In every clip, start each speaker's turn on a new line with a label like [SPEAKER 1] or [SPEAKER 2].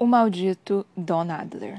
[SPEAKER 1] O maldito Don Adler.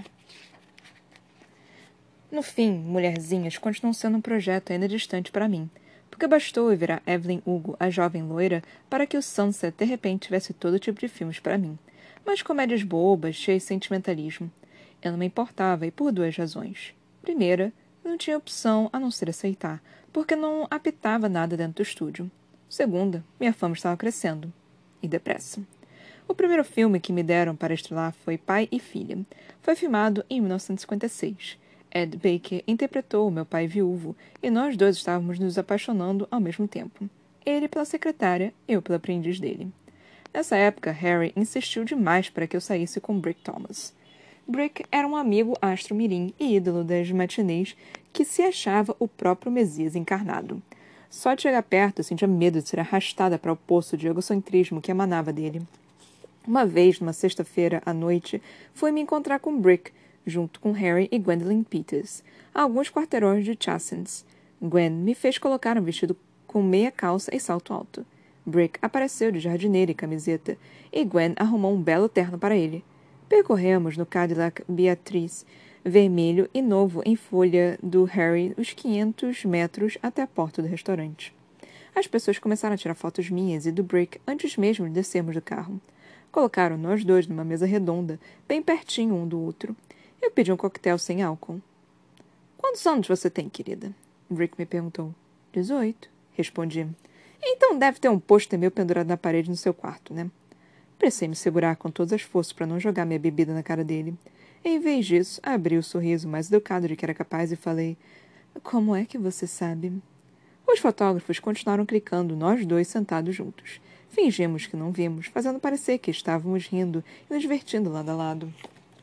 [SPEAKER 1] No fim, Mulherzinhas continuam sendo um projeto ainda distante para mim, porque bastou eu virar Evelyn Hugo, a jovem loira, para que o Sunset de repente tivesse todo tipo de filmes para mim. Mas comédias bobas, cheias de sentimentalismo. Eu não me importava, e por duas razões. Primeira, eu não tinha opção a não ser aceitar, porque não apitava nada dentro do estúdio. Segunda, minha fama estava crescendo. E depressa. O primeiro filme que me deram para estrelar foi Pai e Filha. Foi filmado em 1956. Ed Baker interpretou o meu pai viúvo, e nós dois estávamos nos apaixonando ao mesmo tempo. Ele pela secretária, eu pela aprendiz dele. Nessa época, Harry insistiu demais para que eu saísse com Brick Thomas. Brick era um amigo astro-mirim e ídolo das matinês que se achava o próprio Messias encarnado. Só de chegar perto, eu sentia medo de ser arrastada para o poço de egocentrismo que emanava dele. Uma vez, numa sexta-feira à noite, fui me encontrar com Brick, junto com Harry e Gwendolyn Peters, a alguns quarteirões de Chassens. Gwen me fez colocar um vestido com meia calça e salto alto. Brick apareceu de jardineira e camiseta, e Gwen arrumou um belo terno para ele. Percorremos no Cadillac Beatrice, vermelho e novo em folha do Harry, os 500 metros até a porta do restaurante. As pessoas começaram a tirar fotos minhas e do Brick antes mesmo de descermos do carro. Colocaram nós dois numa mesa redonda, bem pertinho um do outro. Eu pedi um coquetel sem álcool. Quantos anos você tem, querida? Brick me perguntou. 18, respondi. Então deve ter um pôster meu pendurado na parede no seu quarto, né? Precisei me segurar com todas as forças para não jogar minha bebida na cara dele. Em vez disso, abri o sorriso mais educado de que era capaz e falei: Como é que você sabe? Os fotógrafos continuaram clicando, nós dois sentados juntos. Fingimos que não vimos, fazendo parecer que estávamos rindo e nos divertindo lado a lado.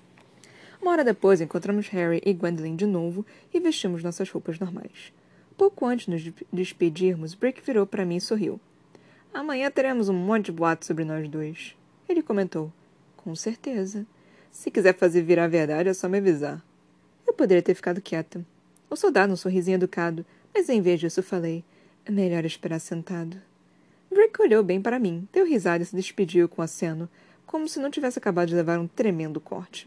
[SPEAKER 1] Uma hora depois, encontramos Harry e Gwendolyn de novo e vestimos nossas roupas normais. Pouco antes de nos despedirmos, Brick virou para mim e sorriu. Amanhã teremos um monte de boatos sobre nós dois. Ele comentou. Com certeza. Se quiser fazer virar verdade, é só me avisar. Eu poderia ter ficado quieta. O soldado um sorrisinho educado, mas em vez disso falei. É melhor esperar sentado. Brick olhou bem para mim, deu risada e se despediu com aceno, como se não tivesse acabado de levar um tremendo corte.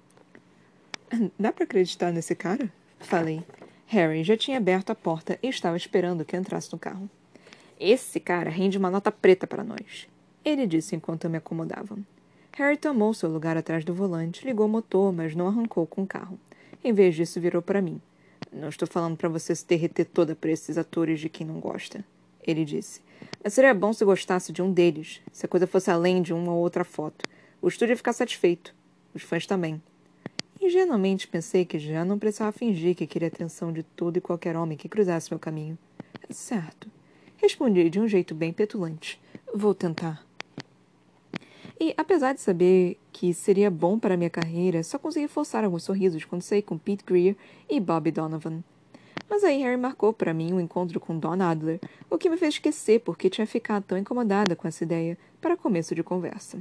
[SPEAKER 1] Dá para acreditar nesse cara? Falei. Harry já tinha aberto a porta e estava esperando que eu entrasse no carro. Esse cara rende uma nota preta para nós, ele disse enquanto eu me acomodava. Harry tomou seu lugar atrás do volante, ligou o motor, mas não arrancou com o carro. Em vez disso, virou para mim. Não estou falando para você se derreter toda por esses atores de quem não gosta, ele disse. Mas seria bom se gostasse de um deles, se a coisa fosse além de uma ou outra foto. O estúdio ia ficar satisfeito. Os fãs também. Ingenuamente pensei que já não precisava fingir que queria a atenção de todo e qualquer homem que cruzasse meu caminho. Certo. Respondi de um jeito bem petulante. Vou tentar. E, apesar de saber que seria bom para minha carreira, só consegui forçar alguns sorrisos quando saí com Pete Greer e Bobby Donovan. Mas aí Harry marcou para mim um encontro com Don Adler, o que me fez esquecer porque tinha ficado tão incomodada com essa ideia para começo de conversa.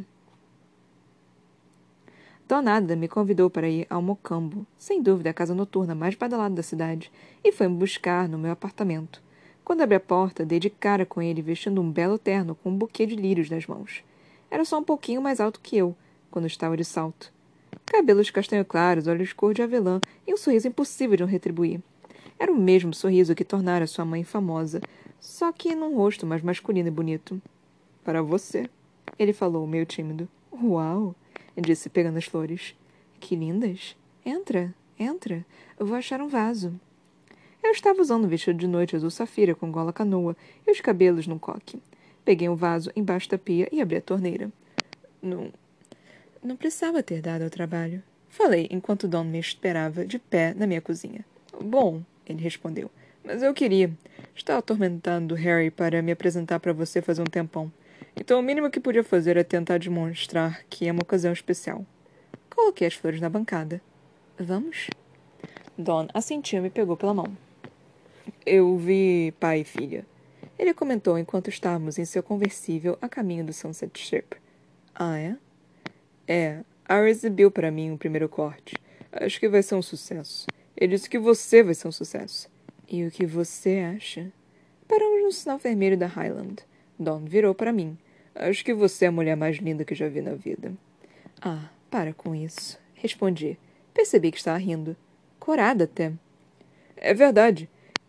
[SPEAKER 1] Don Adler me convidou para ir ao Mocambo, sem dúvida a casa noturna mais badalada da cidade, e foi me buscar no meu apartamento. Quando abri a porta, dei de cara com ele vestindo um belo terno com um buquê de lírios nas mãos. Era só um pouquinho mais alto que eu, quando estava de salto. Cabelos castanho claros, olhos cor de avelã e um sorriso impossível de não retribuir. Era o mesmo sorriso que tornara sua mãe famosa, só que num rosto mais masculino e bonito. Para você, ele falou, meio tímido. Uau! Disse, pegando as flores. Que lindas! Entra, entra. Eu vou achar um vaso. Eu estava usando um vestido de noite azul safira com gola canoa e os cabelos num coque. Peguei um vaso embaixo da pia e abri a torneira. Não precisava ter dado ao trabalho. Falei, enquanto Don me esperava, de pé, na minha cozinha. Bom, ele respondeu, mas eu queria. Estava atormentando Harry para me apresentar para você faz um tempão. Então o mínimo que podia fazer é tentar demonstrar que é uma ocasião especial. Coloquei as flores na bancada. Vamos? Don assentiu e me pegou pela mão. Eu vi pai e filha. Ele comentou enquanto estávamos em seu conversível a caminho do Sunset Strip. Ah, é? É, Ara exibiu para mim o primeiro corte. Acho que vai ser um sucesso. Ele disse que você vai ser um sucesso. E o que você acha? Paramos no sinal vermelho da Highland. Don virou para mim. Acho que você é a mulher mais linda que já vi na vida. Ah, Para com isso, respondi. Percebi que estava rindo. Corada até. É verdade.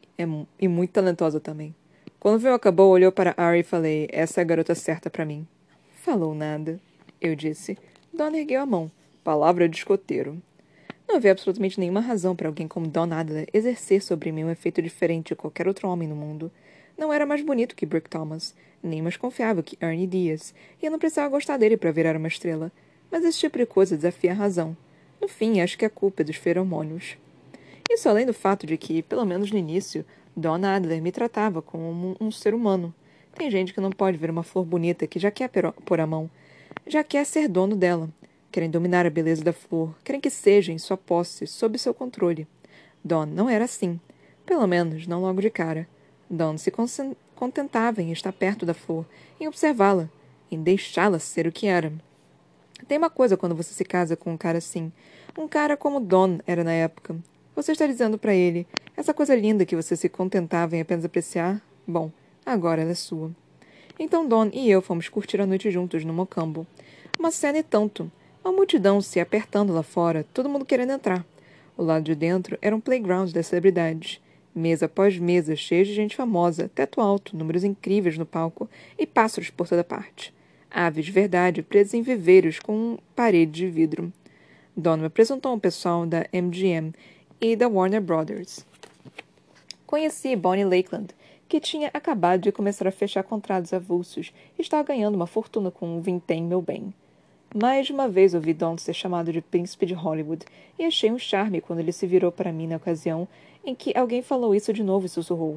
[SPEAKER 1] E muito talentosa também. Quando o filme acabou, olhou para Ari e falei, essa é a garota certa para mim. Falou nada, eu disse. Don ergueu a mão. Palavra de escoteiro. Não havia absolutamente nenhuma razão para alguém como Don Adler exercer sobre mim um efeito diferente de qualquer outro homem no mundo. Não era mais bonito que Brick Thomas, nem mais confiável que Ernie Diaz, e eu não precisava gostar dele para virar uma estrela. Mas esse tipo de coisa desafia a razão. No fim, acho que a culpa é dos feromônios. Isso além do fato de que, pelo menos no início, Don Adler me tratava como um ser humano. Tem gente que não pode ver uma flor bonita que já quer pôr a mão, já quer ser dono dela. Querem dominar a beleza da flor, querem que seja em sua posse, sob seu controle. Don não era assim. Pelo menos, não logo de cara. Don se contentava em estar perto da flor, em observá-la, em deixá-la ser o que era. Tem uma coisa quando você se casa com um cara assim. Um cara como Don era na época. Você está dizendo para ele, essa coisa linda que você se contentava em apenas apreciar? Bom, agora ela é sua. Então Don e eu fomos curtir a noite juntos no Mocambo. Uma cena e tanto. Uma multidão se apertando lá fora, todo mundo querendo entrar. O lado de dentro era um playground das celebridades. Mesa após mesa, cheia de gente famosa, teto alto, números incríveis no palco e pássaros por toda parte. Aves de verdade presas em viveiros com parede de vidro. Don me apresentou um pessoal da MGM e da Warner Brothers. Conheci Bonnie Lakeland, que tinha acabado de começar a fechar contratos avulsos e estava ganhando uma fortuna com o Vintém Meu Bem. Mais de uma vez ouvi Don ser chamado de príncipe de Hollywood e achei um charme quando ele se virou para mim na ocasião em que alguém falou isso de novo e sussurrou.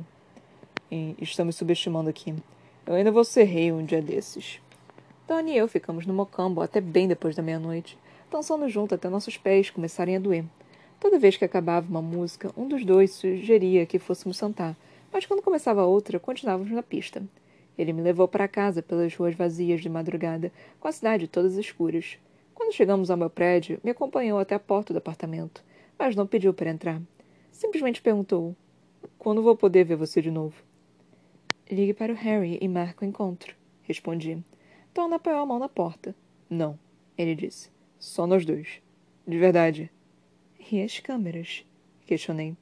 [SPEAKER 1] Estamos subestimando aqui. Eu ainda vou ser rei um dia desses. Don e eu ficamos no Mocambo até bem depois da meia-noite, dançando junto até nossos pés começarem a doer. Toda vez que acabava uma música, um dos dois sugeria que fôssemos sentar, mas quando começava outra, continuávamos na pista. Ele me levou para casa pelas ruas vazias de madrugada, com a cidade todas escuras. Quando chegamos ao meu prédio, me acompanhou até a porta do apartamento, mas não pediu para entrar. Simplesmente perguntou, quando vou poder ver você de novo? Ligue para o Harry e marque o encontro, respondi. Tom apoiou a mão na porta. Não, ele disse. Só nós dois. De verdade. E as câmeras? Questionei.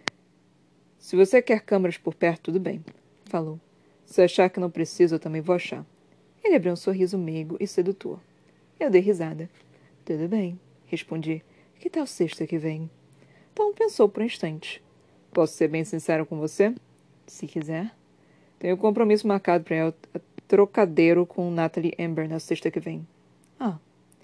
[SPEAKER 1] Se você quer câmeras por perto, tudo bem, falou. Se achar que não precisa, eu também vou achar. Ele abriu um sorriso meigo e sedutor. Eu dei risada. Tudo bem, respondi. Que tal sexta que vem? Tom pensou por um instante. Posso ser bem sincero com você? Se quiser. Tenho um compromisso marcado para ir ao Trocadeiro com Natalie Amber na sexta que vem. Ah.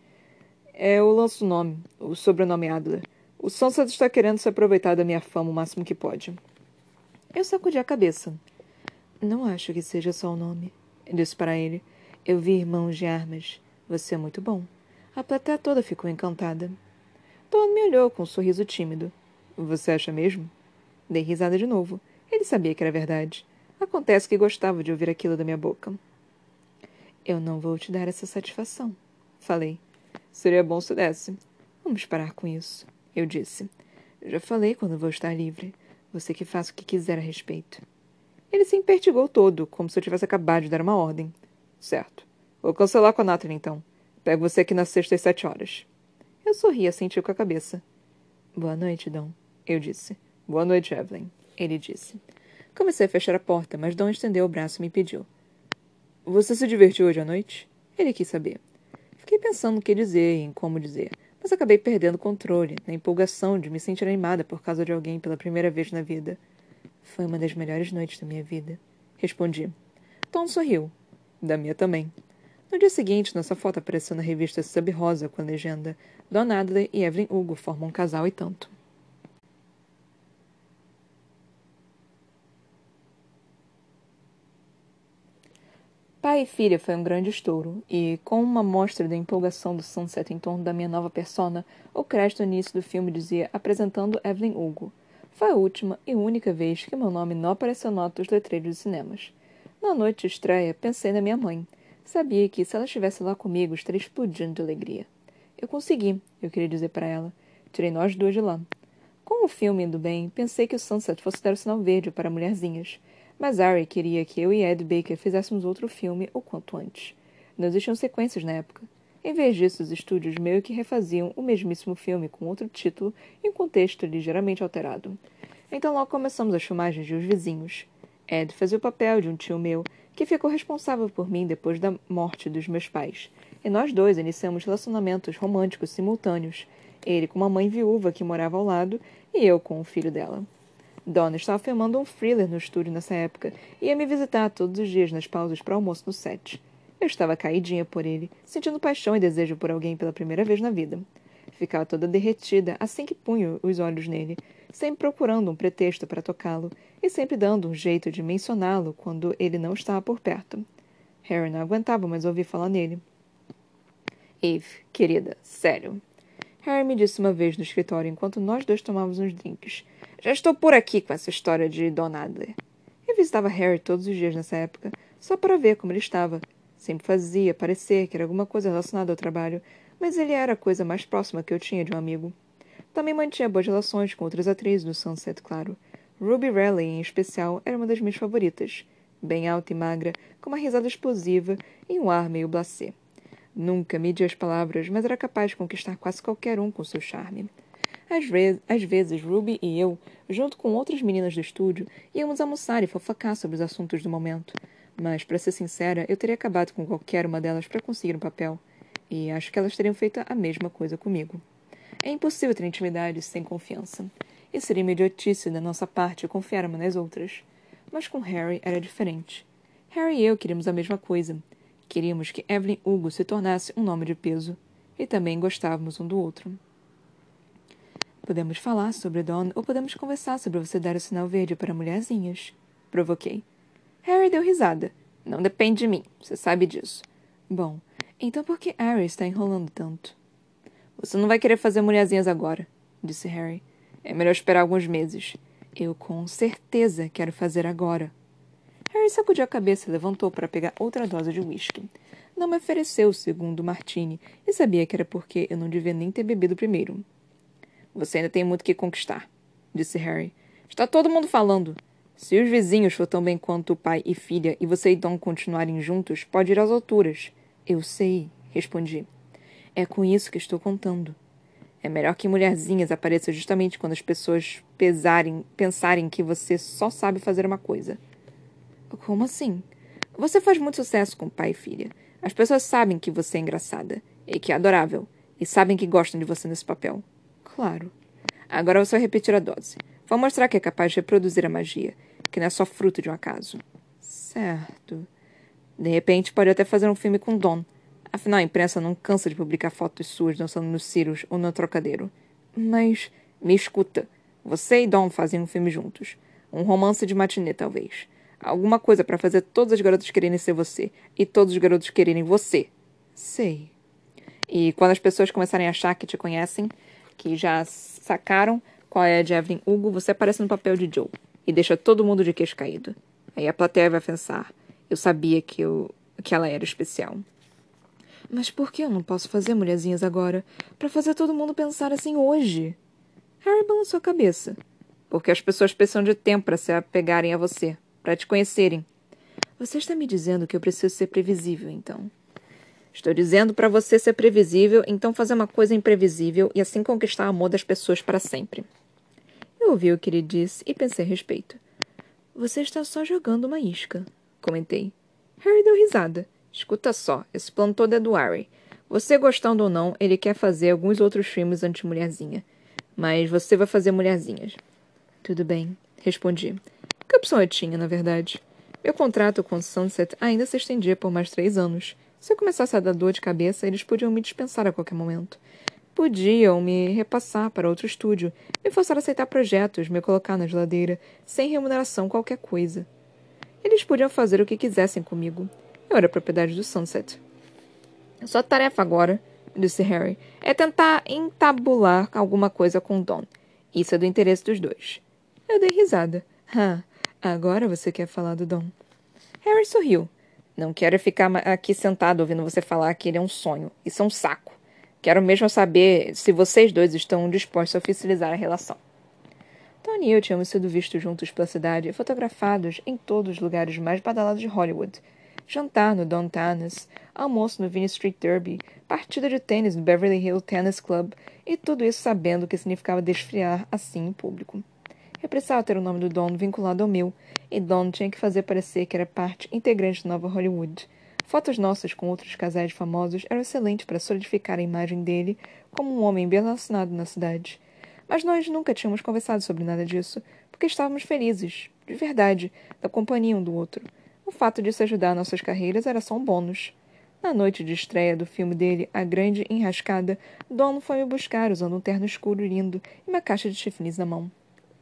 [SPEAKER 1] Eu lanço o nome, o sobrenome Adler. O Sunset está querendo se aproveitar da minha fama o máximo que pode. Eu sacudi a cabeça. Não acho que seja só o nome, disse para ele. Eu vi Irmãos de Armas. Você é muito bom. A plateia toda ficou encantada. Tom me olhou com um sorriso tímido. Você acha mesmo? Dei risada de novo. Ele sabia que era verdade. Acontece que gostava de ouvir aquilo da minha boca. Eu não vou te dar essa satisfação, falei. Seria bom se desse. Vamos parar com isso, eu disse. Eu já falei quando vou estar livre. Você que faça o que quiser a respeito. Ele se empertigou todo, como se eu tivesse acabado de dar uma ordem. Certo. Vou cancelar com a Natalie, então. Pego você aqui na sexta às 7 horas. Eu sorri e assenti com a cabeça. Boa noite, Dom, eu disse. Boa noite, Evelyn, ele disse. Comecei a fechar a porta, mas Dom estendeu o braço e me pediu. Você se divertiu hoje à noite? Ele quis saber. Fiquei pensando no que dizer e em como dizer, mas acabei perdendo o controle, na empolgação de me sentir animada por causa de alguém pela primeira vez na vida. Foi uma das melhores noites da minha vida, respondi. Tom sorriu. Da minha também. No dia seguinte, nossa foto apareceu na revista Sub Rosa com a legenda Don Adler e Evelyn Hugo formam um casal e tanto. Pai e filha foi um grande estouro, e, com uma mostra da empolgação do Sunset em torno da minha nova persona, o crédito no início do filme dizia apresentando Evelyn Hugo. Foi a última e única vez que meu nome não apareceu na nota dos letreiros dos cinemas. Na noite de estreia, pensei na minha mãe. Sabia que, se ela estivesse lá comigo, estaria explodindo de alegria. Eu consegui, eu queria dizer para ela. Tirei nós duas de lá. Com o filme indo bem, pensei que o Sunset fosse dar o sinal verde para mulherzinhas. Mas Ari queria que eu e Ed Baker fizéssemos outro filme o quanto antes. Não existiam sequências na época. Em vez disso, os estúdios meio que refaziam o mesmíssimo filme com outro título e um contexto ligeiramente alterado. Então logo começamos as filmagens de Os Vizinhos. Ed fazia o papel de um tio meu, que ficou responsável por mim depois da morte dos meus pais. E nós dois iniciamos relacionamentos românticos simultâneos. Ele com uma mãe viúva que morava ao lado e eu com o filho dela. Donna estava filmando um thriller no estúdio nessa época e ia me visitar todos os dias nas pausas para almoço no set. Eu estava caidinha por ele, sentindo paixão e desejo por alguém pela primeira vez na vida. Ficava toda derretida assim que punho os olhos nele, sempre procurando um pretexto para tocá-lo e sempre dando um jeito de mencioná-lo quando ele não estava por perto. Harry não aguentava mais ouvir falar nele. Eve, querida, sério. Harry me disse uma vez no escritório enquanto nós dois tomávamos uns drinks. Já estou por aqui com essa história de Don Adler. Eu visitava Harry todos os dias nessa época, só para ver como ele estava. Sempre fazia parecer que era alguma coisa relacionada ao trabalho, mas ele era a coisa mais próxima que eu tinha de um amigo. Também mantinha boas relações com outras atrizes no Sunset, claro. Ruby Raleigh, em especial, era uma das minhas favoritas. Bem alta e magra, com uma risada explosiva e um ar meio blasé. Nunca media as palavras, mas era capaz de conquistar quase qualquer um com seu charme. Às vezes, Ruby e eu, junto com outras meninas do estúdio, íamos almoçar e fofocar sobre os assuntos do momento. Mas, para ser sincera, eu teria acabado com qualquer uma delas para conseguir um papel. E acho que elas teriam feito a mesma coisa comigo. É impossível ter intimidade sem confiança. E seria uma idiotice da nossa parte confiar uma nas outras. Mas com Harry era diferente. Harry e eu queríamos a mesma coisa. Queríamos que Evelyn Hugo se tornasse um nome de peso. E também gostávamos um do outro. Podemos falar sobre Dawn ou podemos conversar sobre você dar o sinal verde para mulherzinhas. Provoquei. Harry deu risada. Não depende de mim, você sabe disso. Bom, então por que Harry está enrolando tanto? Você não vai querer fazer mulherzinhas agora, disse Harry. É melhor esperar alguns meses. Eu com certeza quero fazer agora. Harry sacudiu a cabeça e levantou para pegar outra dose de uísque. Não me ofereceu o segundo martini e sabia que era porque eu não devia nem ter bebido o primeiro. Você ainda tem muito que conquistar, disse Harry. Está todo mundo falando. Se os vizinhos for tão bem quanto o pai e filha e você e Dom continuarem juntos, pode ir às alturas. Eu sei, respondi. É com isso que estou contando. É melhor que mulherzinhas apareça justamente quando as pessoas pensarem que você só sabe fazer uma coisa. Como assim? Você faz muito sucesso com pai e filha. As pessoas sabem que você é engraçada e que é adorável, e sabem que gostam de você nesse papel. Claro. Agora você vai repetir a dose. Vou mostrar que é capaz de reproduzir a magia, que não é só fruto de um acaso. Certo. De repente, pode até fazer um filme com Dawn. Afinal, a imprensa não cansa de publicar fotos suas dançando nos Sirius ou no Trocadeiro. Mas, me escuta. Você e Dawn fazem um filme juntos. Um romance de matinê, talvez. Alguma coisa para fazer todas as garotas quererem ser você e todos os garotos quererem você. Sei. E quando as pessoas começarem a achar que te conhecem, que já sacaram qual é a de Evelyn Hugo, você aparece no papel de Joe e deixa todo mundo de queixo caído. Aí a plateia vai pensar, eu sabia que ela era especial. Mas por que eu não posso fazer mulherzinhas agora? Para fazer todo mundo pensar assim hoje? Harry balançou a cabeça. Porque as pessoas precisam de tempo para se apegarem a você, para te conhecerem. Você está me dizendo que eu preciso ser previsível, então. Estou dizendo para você ser previsível, então fazer uma coisa imprevisível e assim conquistar o amor das pessoas para sempre. Eu ouvi o que ele disse e pensei a respeito. Você está só jogando uma isca, comentei. Harry deu risada. Escuta só, esse plano todo é do Harry. Você gostando ou não, ele quer fazer alguns outros filmes anti-mulherzinha. Mas você vai fazer mulherzinhas. Tudo bem, respondi. Que opção eu tinha, na verdade? Meu contrato com Sunset ainda se estendia por mais 3 anos. Se eu começasse a dar dor de cabeça, eles podiam me dispensar a qualquer momento. Podiam me repassar para outro estúdio, me forçar a aceitar projetos, me colocar na geladeira, sem remuneração qualquer coisa. Eles podiam fazer o que quisessem comigo. Eu era propriedade do Sunset. Sua tarefa agora, disse Harry, é tentar entabular alguma coisa com Dawn. Isso é do interesse dos dois. Eu dei risada. Agora você quer falar do Dawn. Harry sorriu. Não quero ficar aqui sentado ouvindo você falar que ele é um sonho. Isso é um saco. Quero mesmo saber se vocês dois estão dispostos a oficializar a relação. Tony e eu tínhamos sido vistos juntos pela cidade e fotografados em todos os lugares mais badalados de Hollywood. Jantar no Don Tannis, almoço no Vine Street Derby, partida de tênis no Beverly Hills Tennis Club, e tudo isso sabendo o que significava desfriar assim em público. Eu precisava ter o nome do Don vinculado ao meu, e Don tinha que fazer parecer que era parte integrante da nova Hollywood. Fotos nossas com outros casais famosos eram excelentes para solidificar a imagem dele como um homem bem relacionado na cidade. Mas nós nunca tínhamos conversado sobre nada disso, porque estávamos felizes, de verdade, da companhia um do outro. O fato de se ajudar nossas carreiras era só um bônus. Na noite de estreia do filme dele, A Grande Enrascada, Don foi me buscar usando um terno escuro lindo e uma caixa de chifres na mão.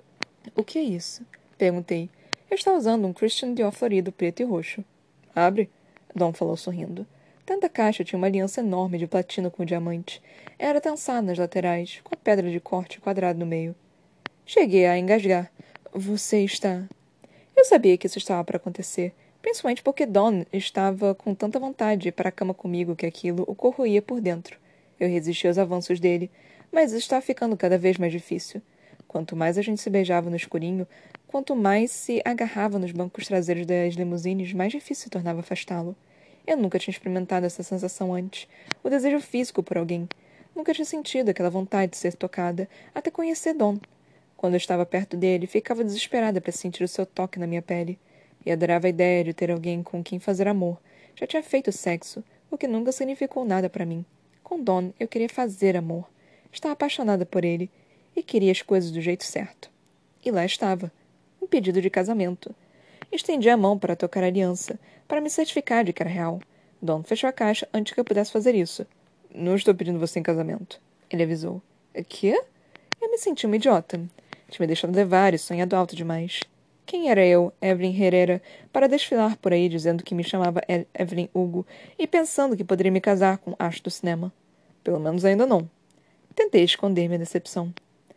[SPEAKER 1] O que é isso? Perguntei. Eu estava usando um Christian Dior florido preto e roxo. Abre, Dom falou sorrindo. Dentro da caixa tinha uma aliança enorme de platina com diamante. Era tensada nas laterais, com a pedra de corte quadrada no meio. Cheguei a engasgar. Você está... Eu sabia que isso estava para acontecer, principalmente porque Don estava com tanta vontade de ir para a cama comigo que aquilo o corroía por dentro. Eu resisti aos avanços dele, mas isso estava ficando cada vez mais difícil. Quanto mais a gente se beijava no escurinho, quanto mais se agarrava nos bancos traseiros das limusines, mais difícil se tornava afastá-lo. Eu nunca tinha experimentado essa sensação antes. O desejo físico por alguém. Nunca tinha sentido aquela vontade de ser tocada, até conhecer Don. Quando eu estava perto dele, ficava desesperada para sentir o seu toque na minha pele. E adorava a ideia de ter alguém com quem fazer amor. Já tinha feito sexo, o que nunca significou nada para mim. Com Don, eu queria fazer amor. Estava apaixonada por ele e queria as coisas do jeito certo. E lá estava, um pedido de casamento. Estendi a mão para tocar a aliança, para me certificar de que era real. Don fechou a caixa antes que eu pudesse fazer isso. Não estou pedindo você em casamento, ele avisou. Quê? Eu me senti uma idiota. Tinha me deixado levar e sonhado alto demais. Quem era eu, Evelyn Herrera, para desfilar por aí dizendo que me chamava Evelyn Hugo e pensando que poderia me casar com o astro do cinema? Pelo menos ainda não. Tentei esconder minha decepção.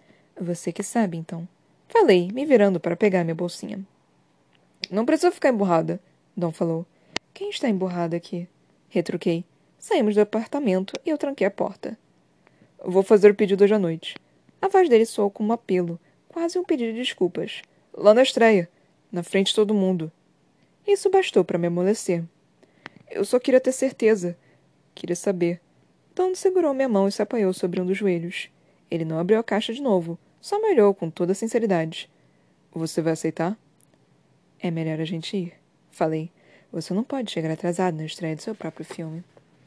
[SPEAKER 1] Você que sabe, então. Falei, me virando para pegar minha bolsinha. Não precisa ficar emburrada, Dom falou. Quem está emburrado aqui? Retruquei. Saímos do apartamento e eu tranquei a porta. Vou fazer o pedido hoje à noite. A voz dele soou como um apelo, quase um pedido de desculpas. Lá na estreia, na frente de todo mundo. Isso bastou para me amolecer. Eu só queria ter certeza. Queria saber. Don segurou minha mão e se apoiou sobre um dos joelhos. Ele não abriu a caixa de novo, só me olhou com toda a sinceridade. Você vai aceitar? É melhor a gente ir, falei. Você não pode chegar atrasado na estreia do seu próprio filme.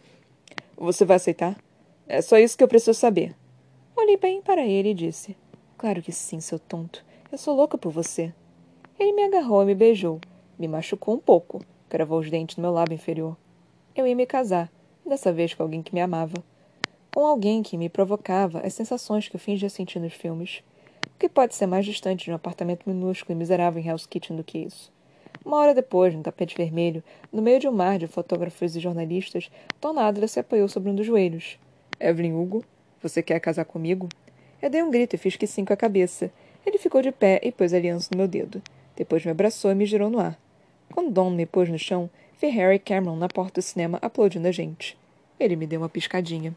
[SPEAKER 1] Você vai aceitar? É só isso que eu preciso saber. Olhei bem para ele e disse. Claro que sim, seu tonto. Eu sou louca por você. Ele me agarrou e me beijou. Me machucou um pouco. Cravou os dentes no meu lábio inferior. Eu ia me casar, dessa vez com alguém que me amava. Com alguém que me provocava as sensações que eu fingia sentir nos filmes. O que pode ser mais distante de um apartamento minúsculo e miserável em Hell's Kitchen do que isso? Uma hora depois, no tapete vermelho, no meio de um mar de fotógrafos e jornalistas, Don Adler se apoiou sobre um dos joelhos. Evelyn Hugo, você quer casar comigo? Eu dei um grito e fiz que sim com a cabeça. Ele ficou de pé e pôs a aliança no meu dedo. Depois me abraçou e me girou no ar. Quando Don me pôs no chão, vi Harry Cameron na porta do cinema aplaudindo a gente. Ele me deu uma piscadinha.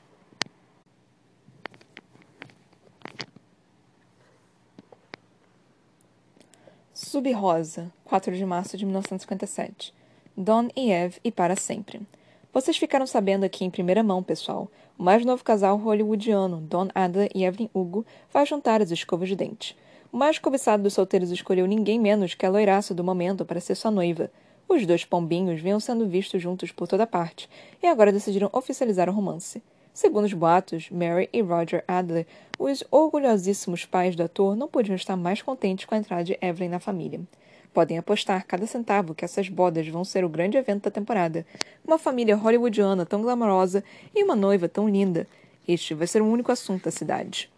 [SPEAKER 1] Sub-Rosa, 4 de março de 1957. Don e Eve e para sempre. Vocês ficaram sabendo aqui em primeira mão, pessoal. O mais novo casal hollywoodiano, Don Adler e Evelyn Hugo, vai juntar as escovas de dente. O mais cobiçado dos solteiros escolheu ninguém menos que a loiraça do momento para ser sua noiva. Os dois pombinhos vinham sendo vistos juntos por toda parte, e agora decidiram oficializar o romance. Segundo os boatos, Mary e Roger Adler, os orgulhosíssimos pais do ator, não podiam estar mais contentes com a entrada de Evelyn na família. Podem apostar cada centavo que essas bodas vão ser o grande evento da temporada. Uma família hollywoodiana tão glamourosa e uma noiva tão linda. Este vai ser o único assunto da cidade.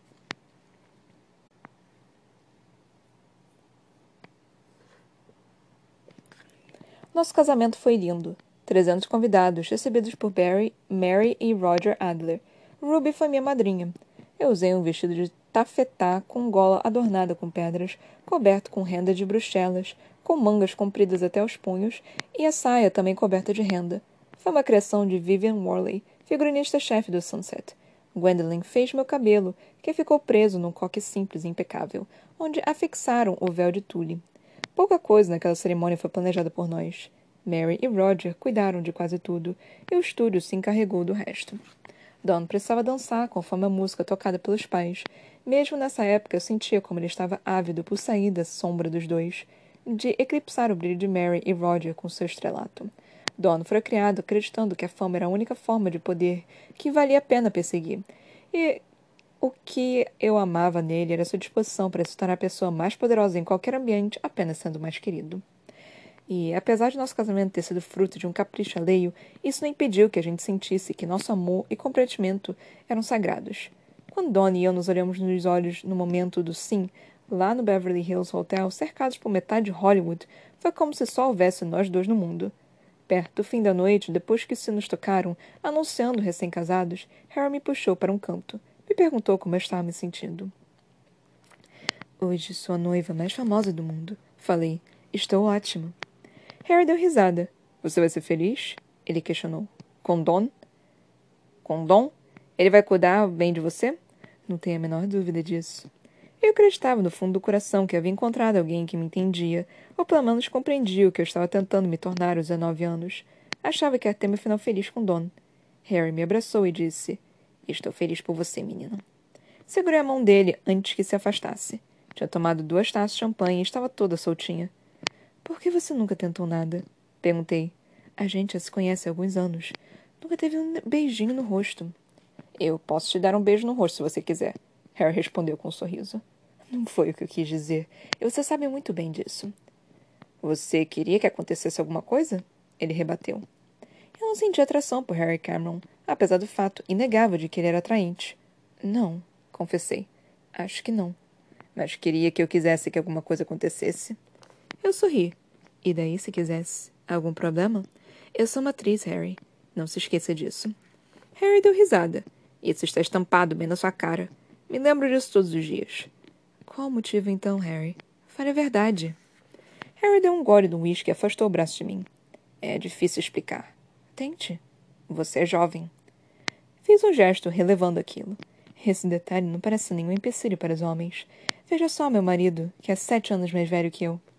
[SPEAKER 1] Nosso casamento foi lindo. 300 convidados, recebidos por Barry, Mary e Roger Adler. Ruby foi minha madrinha. Eu usei um vestido de tafetá com gola adornada com pedras, coberto com renda de bruxelas, com mangas compridas até os punhos, e a saia também coberta de renda. Foi uma criação de Vivian Worley, figurinista-chefe do Sunset. Gwendolyn fez meu cabelo, que ficou preso num coque simples e impecável, onde afixaram o véu de tule. Pouca coisa naquela cerimônia foi planejada por nós. Mary e Roger cuidaram de quase tudo, e o estúdio se encarregou do resto. Don precisava dançar conforme a música tocada pelos pais. Mesmo nessa época, eu sentia como ele estava ávido por sair da sombra dos dois, de eclipsar o brilho de Mary e Roger com seu estrelato. Don fora criado acreditando que a fama era a única forma de poder que valia a pena perseguir. E o que eu amava nele era sua disposição para se tornar a pessoa mais poderosa em qualquer ambiente, apenas sendo mais querido. E, apesar de nosso casamento ter sido fruto de um capricho alheio, isso não impediu que a gente sentisse que nosso amor e comprometimento eram sagrados. Quando Donnie e eu nos olhamos nos olhos no momento do sim, lá no Beverly Hills Hotel, cercados por metade de Hollywood, foi como se só houvesse nós dois no mundo. Perto do fim da noite, depois que os sinos tocaram, anunciando recém-casados, Harry me puxou para um canto. Me perguntou como eu estava me sentindo. Hoje sou a noiva mais famosa do mundo. Falei. Estou ótima. Harry deu risada. Você vai ser feliz? Ele questionou. Com Don? Com Don? Ele vai cuidar bem de você? Não tenho a menor dúvida disso. Eu acreditava no fundo do coração que havia encontrado alguém que me entendia, ou pelo menos compreendia o que eu estava tentando me tornar aos 19 anos. Achava que ia ter meu final feliz com Don. Harry me abraçou e disse, estou feliz por você, menina. Segurei a mão dele antes que se afastasse. Tinha tomado 2 taças de champanhe e estava toda soltinha. Por que você nunca tentou nada? Perguntei. A gente já se conhece há alguns anos. Nunca teve um beijinho no rosto. Eu posso te dar um beijo no rosto se você quiser. Harry respondeu com um sorriso. Não foi o que eu quis dizer. E você sabe muito bem disso. Você queria que acontecesse alguma coisa? Ele rebateu. Eu não sentia atração por Harry Cameron, apesar do fato inegável de que ele era atraente. Não, confessei. Acho que não. Mas queria que eu quisesse que alguma coisa acontecesse. Eu sorri. E daí, se quisesse? Algum problema? Eu sou uma atriz, Harry. Não se esqueça disso. Harry deu risada. Isso está estampado bem na sua cara. Me lembro disso todos os dias. Qual o motivo, então, Harry? Fale a verdade. Harry deu um gole do uísque e afastou o braço de mim. É difícil explicar. Tente. Você é jovem. Fiz um gesto, relevando aquilo. Esse detalhe não parece nenhum empecilho para os homens. Veja só meu marido, que é 7 anos mais velho que eu.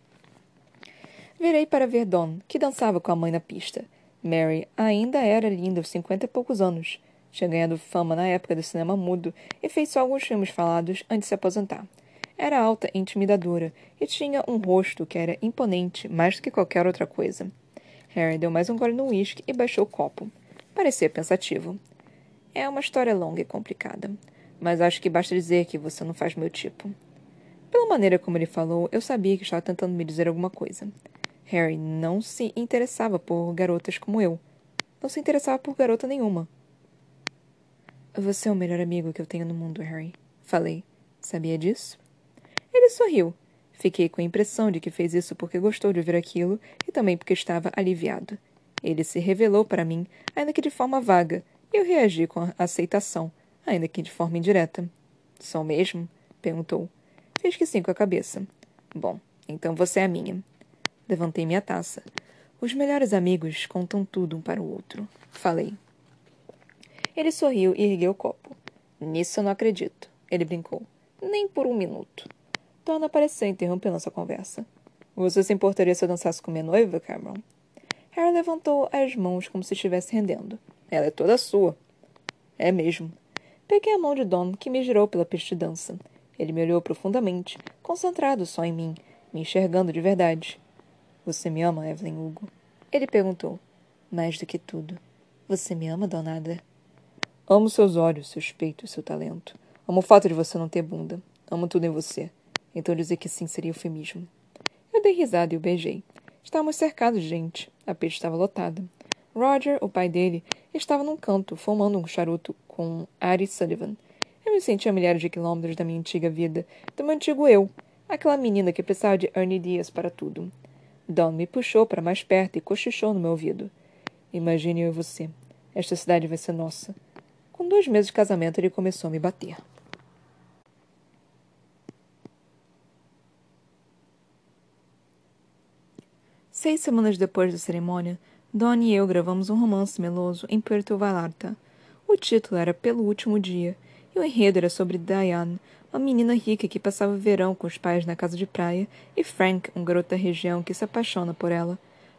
[SPEAKER 1] Virei para ver Don, que dançava com a mãe na pista. Mary ainda era linda aos 50 e poucos anos. Tinha ganhado fama na época do cinema mudo e fez só alguns filmes falados antes de se aposentar. Era alta e intimidadora e tinha um rosto que era imponente mais do que qualquer outra coisa. Harry deu mais um gole no uísque e baixou o copo. Parecia pensativo. É uma história longa e complicada, mas acho que basta dizer que você não faz meu tipo. Pela maneira como ele falou, eu sabia que estava tentando me dizer alguma coisa. Harry não se interessava por garotas como eu. Não se interessava por garota nenhuma. Você é o melhor amigo que eu tenho no mundo, Harry. Falei. Sabia disso? Ele sorriu. Fiquei com a impressão de que fez isso porque gostou de ouvir aquilo e também porque estava aliviado. Ele se revelou para mim, ainda que de forma vaga, e eu reagi com a aceitação, ainda que de forma indireta. Sou mesmo? Perguntou. Fez que sim com a cabeça. Bom, então você é a minha. Levantei minha taça. Os melhores amigos contam tudo um para o outro. Falei. Ele sorriu e ergueu o copo. Nisso eu não acredito. Ele brincou. Nem por um minuto. Donna apareceu interrompendo nossa conversa. Você se importaria se eu dançasse com minha noiva, Cameron? Harry levantou as mãos como se estivesse rendendo. Ela é toda sua. É mesmo. Peguei a mão de Don, que me girou pela pista de dança. Ele me olhou profundamente, concentrado só em mim, me enxergando de verdade. Você me ama, Evelyn Hugo? Ele perguntou. Mais do que tudo. Você me ama, Donada? Amo seus olhos, seus peitos, seu talento. Amo o fato de você não ter bunda. Amo tudo em você. Então dizer que sim seria eufemismo. Eu dei risada e o beijei. Estávamos cercados de gente. A pista estava lotada. Roger, o pai dele, estava num canto, fumando um charuto com Addie Sullivan. Eu me sentia a milhares de quilômetros da minha antiga vida, do meu antigo eu, aquela menina que precisava de Ernie Dias para tudo. Don me puxou para mais perto e cochichou no meu ouvido. Imagine eu e você. Esta cidade vai ser nossa. Com 2 meses de casamento, ele começou a me bater. Seis semanas depois da cerimônia, Don e eu gravamos um romance meloso em Puerto Vallarta. O título era Pelo Último Dia, e o enredo era sobre Diane, uma menina rica que passava o verão com os pais na casa de praia, e Frank, um garoto da região que se apaixona por ela.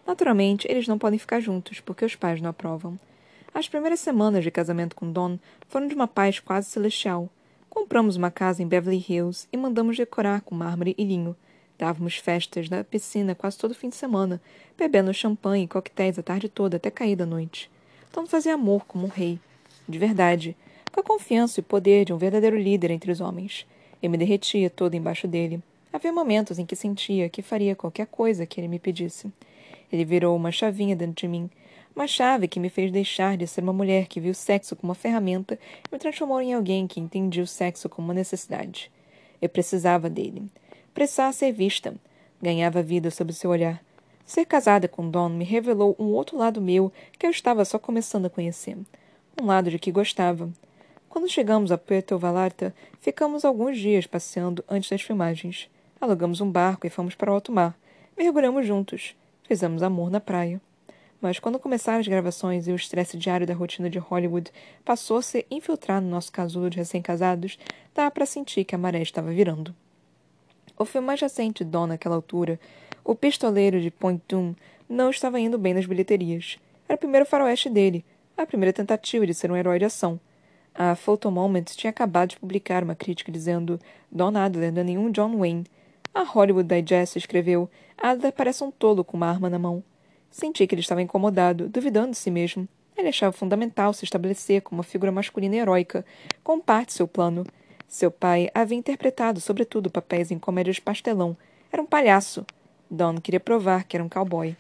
[SPEAKER 1] Naturalmente, eles não podem ficar juntos, porque os pais não aprovam. As primeiras semanas de casamento com Don foram de uma paz quase celestial. Compramos uma casa em Beverly Hills e mandamos decorar com mármore e linho. Dávamos festas na piscina quase todo fim de semana, bebendo champanhe e coquetéis a tarde toda até cair da noite. Don fazia amor como um rei. De verdade, com a confiança e o poder de um verdadeiro líder entre os homens. Eu me derretia toda embaixo dele. Havia momentos em que sentia que faria qualquer coisa que ele me pedisse. Ele virou uma chavinha dentro de mim. Uma chave que me fez deixar de ser uma mulher que viu o sexo como uma ferramenta e me transformou em alguém que entendia o sexo como uma necessidade. Eu precisava dele. Precisava ser vista. Ganhava vida sob seu olhar. Ser casada com Don me revelou um outro lado meu que eu estava só começando a conhecer. Um lado de que gostava. Quando chegamos a Puerto Vallarta, ficamos alguns dias passeando antes das filmagens. Alugamos um barco e fomos para o alto mar. Mergulhamos juntos. Fizemos amor na praia. Mas quando começaram as gravações e o estresse diário da rotina de Hollywood passou a se infiltrar no nosso casulo de recém-casados, dava para sentir que a maré estava virando. O filme mais recente de Don naquela altura, O Pistoleiro de Point Doom, não estava indo bem nas bilheterias. Era o primeiro faroeste dele, a primeira tentativa de ser um herói de ação. A Photo Moment tinha acabado de publicar uma crítica dizendo Don Adler não é nenhum John Wayne. A Hollywood Digest escreveu Adler parece um tolo com uma arma na mão. Senti que ele estava incomodado, duvidando de si mesmo. Ele achava fundamental se estabelecer como uma figura masculina e heróica, como parte de seu plano. Seu pai havia interpretado, sobretudo, papéis em comédias de pastelão. Era um palhaço. Don queria provar que era um cowboy.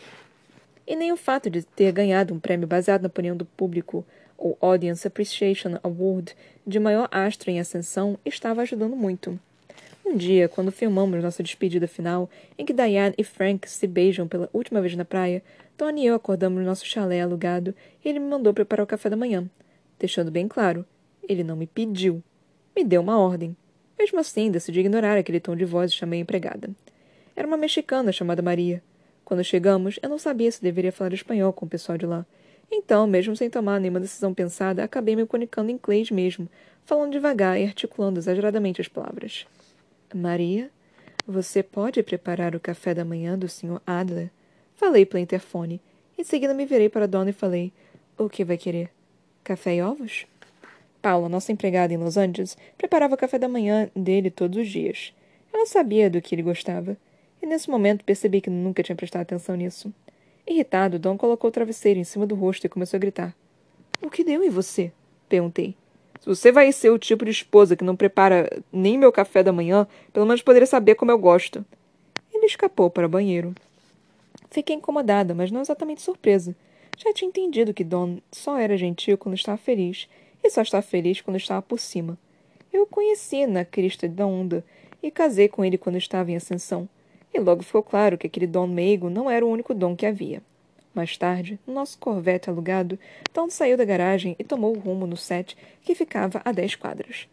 [SPEAKER 1] E nem o fato de ter ganhado um prêmio baseado na opinião do público, o Audience Appreciation Award, de maior astro em ascensão, estava ajudando muito. Um dia, quando filmamos nossa despedida final, em que Diane e Frank se beijam pela última vez na praia, Tony e eu acordamos no nosso chalé alugado e ele me mandou preparar o café da manhã. Deixando bem claro, ele não me pediu. Me deu uma ordem. Mesmo assim, decidi ignorar aquele tom de voz e chamei a empregada. Era uma mexicana chamada Maria. Quando chegamos, eu não sabia se deveria falar espanhol com o pessoal de lá. Então, mesmo sem tomar nenhuma decisão pensada, acabei me comunicando em inglês mesmo, falando devagar e articulando exageradamente as palavras. Maria, você pode preparar o café da manhã do Sr. Adler? Falei pela interfone. Em seguida me virei para a dona e falei, o que vai querer? Café e ovos? Paula, nossa empregada em Los Angeles, preparava o café da manhã dele todos os dias. Ela sabia do que ele gostava. E nesse momento percebi que nunca tinha prestado atenção nisso. Irritado, Don colocou o travesseiro em cima do rosto e começou a gritar. O que deu em você? Perguntei. Se você vai ser o tipo de esposa que não prepara nem meu café da manhã, pelo menos poderia saber como eu gosto. Ele escapou para o banheiro. Fiquei incomodada, mas não exatamente surpresa. Já tinha entendido que Don só era gentil quando estava feliz, e só estava feliz quando estava por cima. Eu o conheci na crista da onda, e casei com ele quando estava em ascensão. E logo ficou claro que aquele Don meigo não era o único Don que havia. Mais tarde, no nosso Corvette alugado, Tom saiu da garagem e tomou o rumo no set, que ficava a 10 quadras.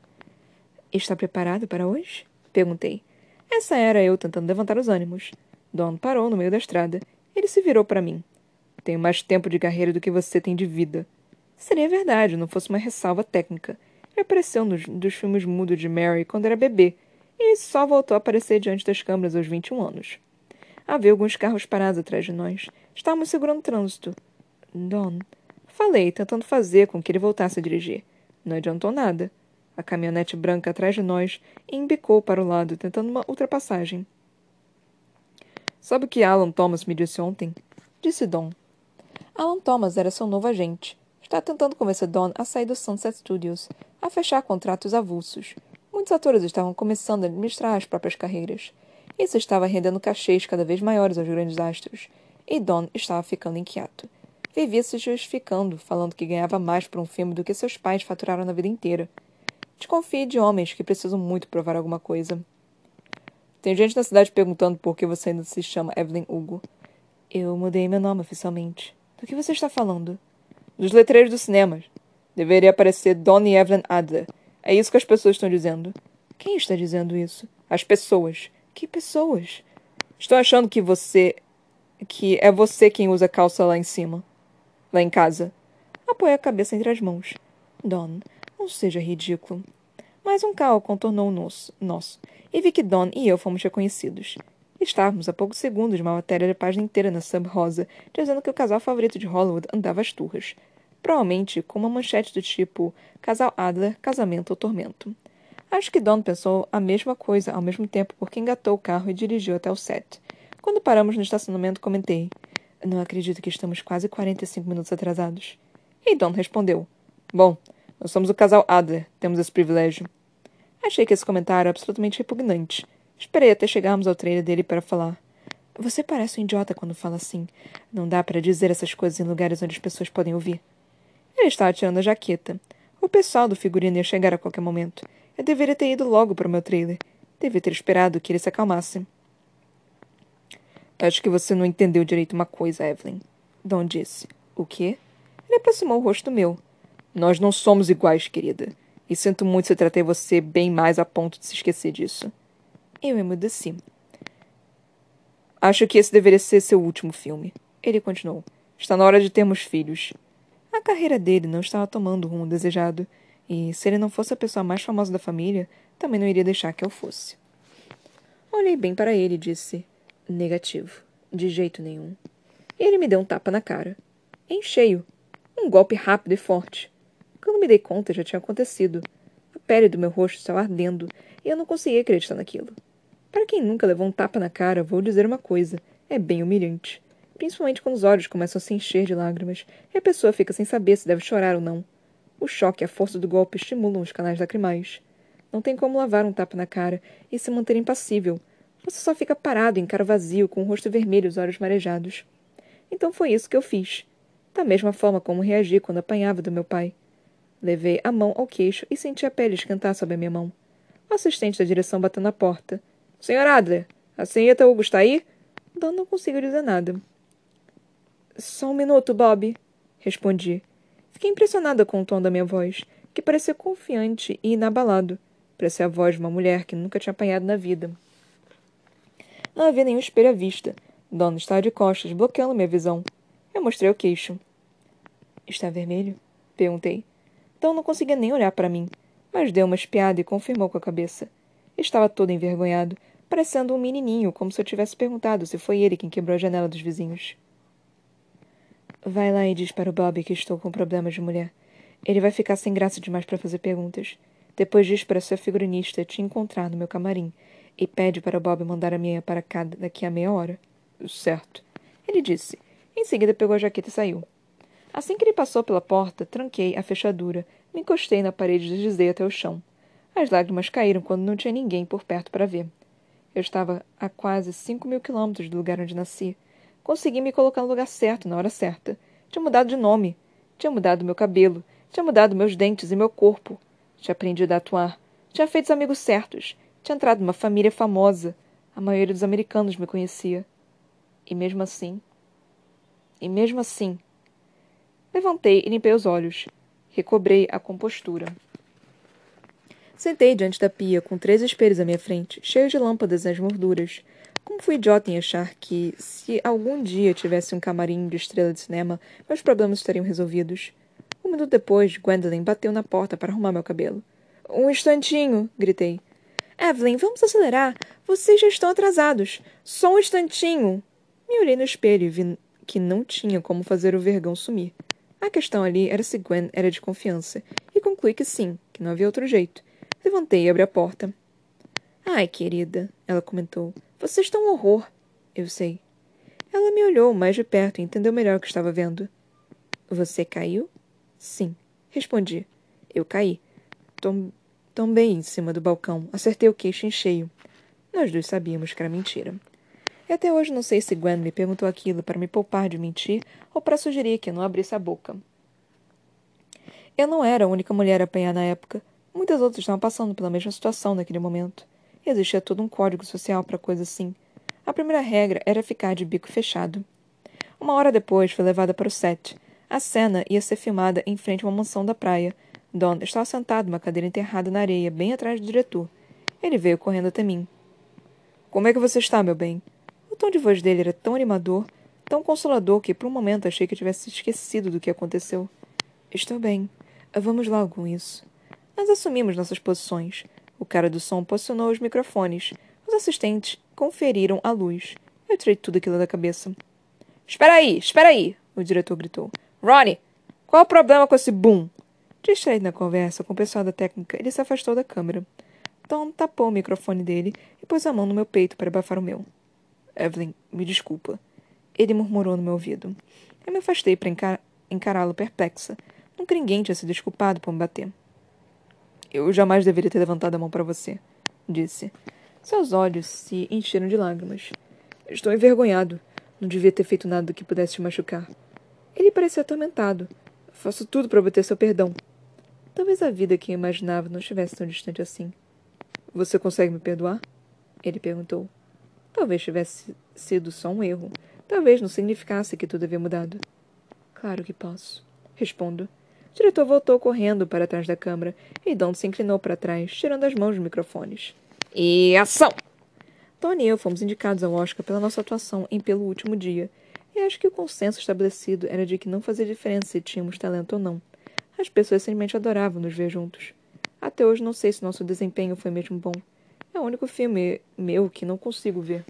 [SPEAKER 1] Está preparado para hoje? Perguntei. Essa era eu tentando levantar os ânimos. Don parou no meio da estrada. Ele se virou para mim. Tenho mais tempo de carreira do que você tem de vida. Seria verdade, não fosse uma ressalva técnica. Ele apareceu dos filmes mudos de Mary quando era bebê, e só voltou a aparecer diante das câmeras aos 21 anos. Havia alguns carros parados atrás de nós. Estávamos segurando o trânsito. Don. Falei, tentando fazer com que ele voltasse a dirigir. Não adiantou nada. A caminhonete branca atrás de nós embicou para o lado, tentando uma ultrapassagem. Sabe o que Alan Thomas me disse ontem? Disse Don. Alan Thomas era seu novo agente. Está tentando convencer Don a sair do Sunset Studios, a fechar contratos avulsos. Muitos atores estavam começando a administrar as próprias carreiras. Isso estava rendendo cachês cada vez maiores aos grandes astros. E Don estava ficando inquieto. Vivia se justificando, falando que ganhava mais por um filme do que seus pais faturaram na vida inteira. Desconfie de homens que precisam muito provar alguma coisa. Tem gente na cidade perguntando por que você ainda se chama Evelyn Hugo. Eu mudei meu nome oficialmente. Do que você está falando? Dos letreiros do cinema. Deveria aparecer Donnie Evelyn Adler. É isso que as pessoas estão dizendo. Quem está dizendo isso? As pessoas. Que pessoas? Estão achando que é você quem usa calça lá em cima. Lá em casa. Apoiei a cabeça entre as mãos. Don, não seja ridículo. Mais um carro contornou o nosso, e vi que Don e eu fomos reconhecidos. Estávamos a poucos segundos de uma matéria de página inteira na Sub Rosa, dizendo que o casal favorito de Hollywood andava às turras. Provavelmente com uma manchete do tipo Casal Adler, casamento ou tormento. Acho que Don pensou a mesma coisa ao mesmo tempo porque engatou o carro e dirigiu até o set. Quando paramos no estacionamento, comentei: Não acredito que estamos quase 45 minutos atrasados. E Don respondeu: Bom, nós somos o casal Adler, temos esse privilégio. Achei que esse comentário era absolutamente repugnante. Esperei até chegarmos ao trailer dele para falar. Você parece um idiota quando fala assim. Não dá para dizer essas coisas em lugares onde as pessoas podem ouvir. Ele estava tirando a jaqueta. O pessoal do figurino ia chegar a qualquer momento. Eu deveria ter ido logo para o meu trailer. Devia ter esperado que ele se acalmasse. Acho que você não entendeu direito uma coisa, Evelyn. Don disse. O quê? Ele aproximou o rosto do meu. Nós não somos iguais, querida. E sinto muito se tratei você bem mais a ponto de se esquecer disso. Eu emudeci. Acho que esse deveria ser seu último filme. Ele continuou. Está na hora de termos filhos. A carreira dele não estava tomando o rumo desejado. E, se ele não fosse a pessoa mais famosa da família, também não iria deixar que eu fosse. Olhei bem para ele e disse... Negativo. De jeito nenhum. E ele me deu um tapa na cara. Em cheio. Um golpe rápido e forte. Quando me dei conta, já tinha acontecido. A pele do meu rosto estava ardendo, e eu não conseguia acreditar naquilo. Para quem nunca levou um tapa na cara, vou dizer uma coisa. É bem humilhante. Principalmente quando os olhos começam a se encher de lágrimas, e a pessoa fica sem saber se deve chorar ou não. O choque e a força do golpe estimulam os canais lacrimais. Não tem como lavar um tapa na cara e se manter impassível. Você só fica parado em cara vazio, com o rosto vermelho e os olhos marejados. Então foi isso que eu fiz. Da mesma forma como reagi quando apanhava do meu pai. Levei a mão ao queixo e senti a pele esquentar sob a minha mão. O assistente da direção bateu na porta. — Senhor Adler, a senhorita Hugo está aí? Don não conseguiu dizer nada. — Só um minuto, Bob, respondi. Fiquei impressionada com o tom da minha voz, que parecia confiante e inabalado. Parecia a voz de uma mulher que nunca tinha apanhado na vida. Não havia nenhum espelho à vista. Don estava de costas, bloqueando minha visão. Eu mostrei o queixo. — Está vermelho? Perguntei. Don não conseguia nem olhar para mim, mas deu uma espiada e confirmou com a cabeça. Estava todo envergonhado, parecendo um menininho, como se eu tivesse perguntado se foi ele quem quebrou a janela dos vizinhos. Vai lá e diz para o Bob que estou com problemas de mulher. Ele vai ficar sem graça demais para fazer perguntas. Depois diz para sua figurinista te encontrar no meu camarim e pede para o Bob mandar a minha para cá daqui a meia hora. Certo. Ele disse. Em seguida pegou a jaqueta e saiu. Assim que ele passou pela porta, tranquei a fechadura, me encostei na parede e deslizei até o chão. As lágrimas caíram quando não tinha ninguém por perto para ver. Eu estava a quase 5.000 quilômetros do lugar onde nasci. Consegui me colocar no lugar certo, na hora certa. Tinha mudado de nome. Tinha mudado meu cabelo. Tinha mudado meus dentes e meu corpo. Tinha aprendido a atuar. Tinha feito os amigos certos. Tinha entrado numa família famosa. A maioria dos americanos me conhecia. E mesmo assim... Levantei e limpei os olhos. Recobrei a compostura. Sentei diante da pia, com 3 espelhos à minha frente, cheios de lâmpadas nas molduras. Como fui idiota em achar que, se algum dia tivesse um camarim de estrela de cinema, meus problemas estariam resolvidos. Um minuto depois, Gwendolyn bateu na porta para arrumar meu cabelo. — Um instantinho! — gritei. — Evelyn, vamos acelerar! Vocês já estão atrasados! Só um instantinho! Me olhei no espelho e vi que não tinha como fazer o vergão sumir. A questão ali era se Gwen era de confiança, e concluí que sim, que não havia outro jeito. Levantei e abri a porta. — Ai, querida, ela comentou. — Você está um horror. Eu sei. Ela me olhou mais de perto e entendeu melhor o que estava vendo. — Você caiu? — Sim, respondi. Eu caí. Tombei em cima do balcão, acertei o queixo em cheio. Nós dois sabíamos que era mentira. E até hoje não sei se Gwen me perguntou aquilo para me poupar de mentir ou para sugerir que eu não abrisse a boca. Eu não era a única mulher a apanhar na época. Muitas outras estavam passando pela mesma situação naquele momento. Existia todo um código social para coisa assim. A primeira regra era ficar de bico fechado. Uma hora depois fui levada para o set. A cena ia ser filmada em frente a uma mansão da praia. Don estava sentado numa cadeira enterrada na areia, bem atrás do diretor. Ele veio correndo até mim. — Como é que você está, meu bem? O tom de voz dele era tão animador, tão consolador que por um momento achei que tivesse esquecido do que aconteceu. — Estou bem. Vamos logo com isso. Nós assumimos nossas posições. O cara do som posicionou os microfones. Os assistentes conferiram a luz. Eu tirei tudo aquilo da cabeça. Espera aí! Espera aí! O diretor gritou. Ronnie! Qual é o problema com esse boom? Distraído na conversa com o pessoal da técnica, ele se afastou da câmera. Tom tapou o microfone dele e pôs a mão no meu peito para abafar o meu. Evelyn, me desculpa. Ele murmurou no meu ouvido. Eu me afastei para encará-lo perplexa. Nunca ninguém tinha se desculpado por me bater. Eu jamais deveria ter levantado a mão para você, disse. Seus olhos se encheram de lágrimas. Estou envergonhado. Não devia ter feito nada que pudesse te machucar. Ele parecia atormentado. Faço tudo para obter seu perdão. Talvez a vida que eu imaginava não estivesse tão distante assim. Você consegue me perdoar? Ele perguntou. Talvez tivesse sido só um erro. Talvez não significasse que tudo havia mudado. Claro que posso. Respondo. O diretor voltou correndo para trás da câmara e Don se inclinou para trás, tirando as mãos dos microfones. E ação! Tony e eu fomos indicados ao Oscar pela nossa atuação em Pelo Último Dia, e acho que o consenso estabelecido era de que não fazia diferença se tínhamos talento ou não. As pessoas simplesmente adoravam nos ver juntos. Até hoje não sei se nosso desempenho foi mesmo bom. É o único filme meu que não consigo ver.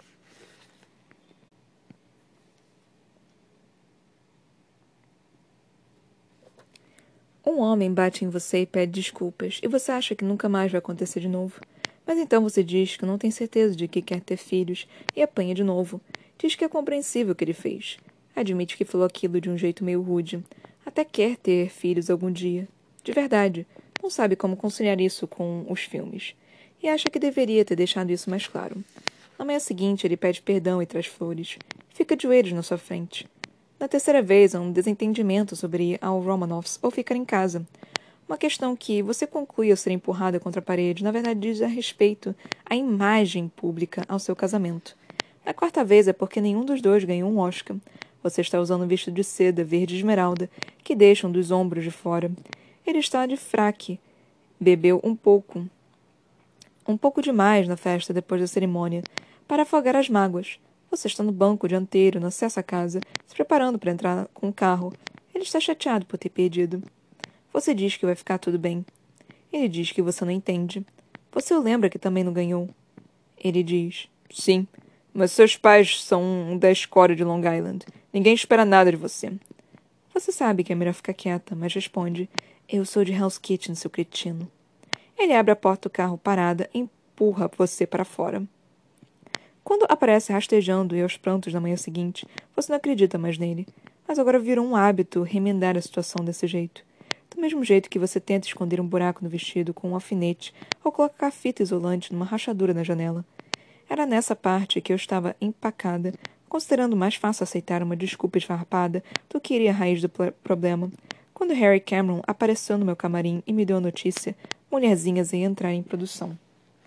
[SPEAKER 1] Um homem bate em você e pede desculpas, e você acha que nunca mais vai acontecer de novo. Mas então você diz que não tem certeza de que quer ter filhos, e apanha de novo. Diz que é compreensível o que ele fez. Admite que falou aquilo de um jeito meio rude. Até quer ter filhos algum dia. De verdade. Não sabe como conciliar isso com os filmes. E acha que deveria ter deixado isso mais claro. Na manhã seguinte, ele pede perdão e traz flores. Fica de joelhos na sua frente. Na terceira vez, há um desentendimento sobre ir ao Romanovs ou ficar em casa. Uma questão que você conclui ao ser empurrada contra a parede, na verdade diz a respeito à imagem pública ao seu casamento. Na quarta vez é porque nenhum dos dois ganhou um Oscar. Você está usando um vestido de seda verde esmeralda, que deixa um dos ombros de fora. Ele está de fraque. Bebeu um pouco demais na festa depois da cerimônia, para afogar as mágoas. Você está no banco dianteiro, no acesso à casa, se preparando para entrar com o carro. Ele está chateado por ter perdido. Você diz que vai ficar tudo bem. Ele diz que você não entende. Você o lembra que também não ganhou. Ele diz, sim, mas seus pais são da escória de Long Island. Ninguém espera nada de você. Você sabe que é melhor ficar quieta, mas responde, eu sou de Hell's Kitchen, seu cretino. Ele abre a porta do carro parada e empurra você para fora. Quando aparece rastejando e aos prantos na manhã seguinte, você não acredita mais nele. Mas agora virou um hábito remendar a situação desse jeito. Do mesmo jeito que você tenta esconder um buraco no vestido com um alfinete ou colocar fita isolante numa rachadura na janela. Era nessa parte que eu estava empacada, considerando mais fácil aceitar uma desculpa esfarrapada do que ir à raiz do problema. Quando Harry Cameron apareceu no meu camarim e me deu a notícia, Mulherzinhas ia entrar em produção.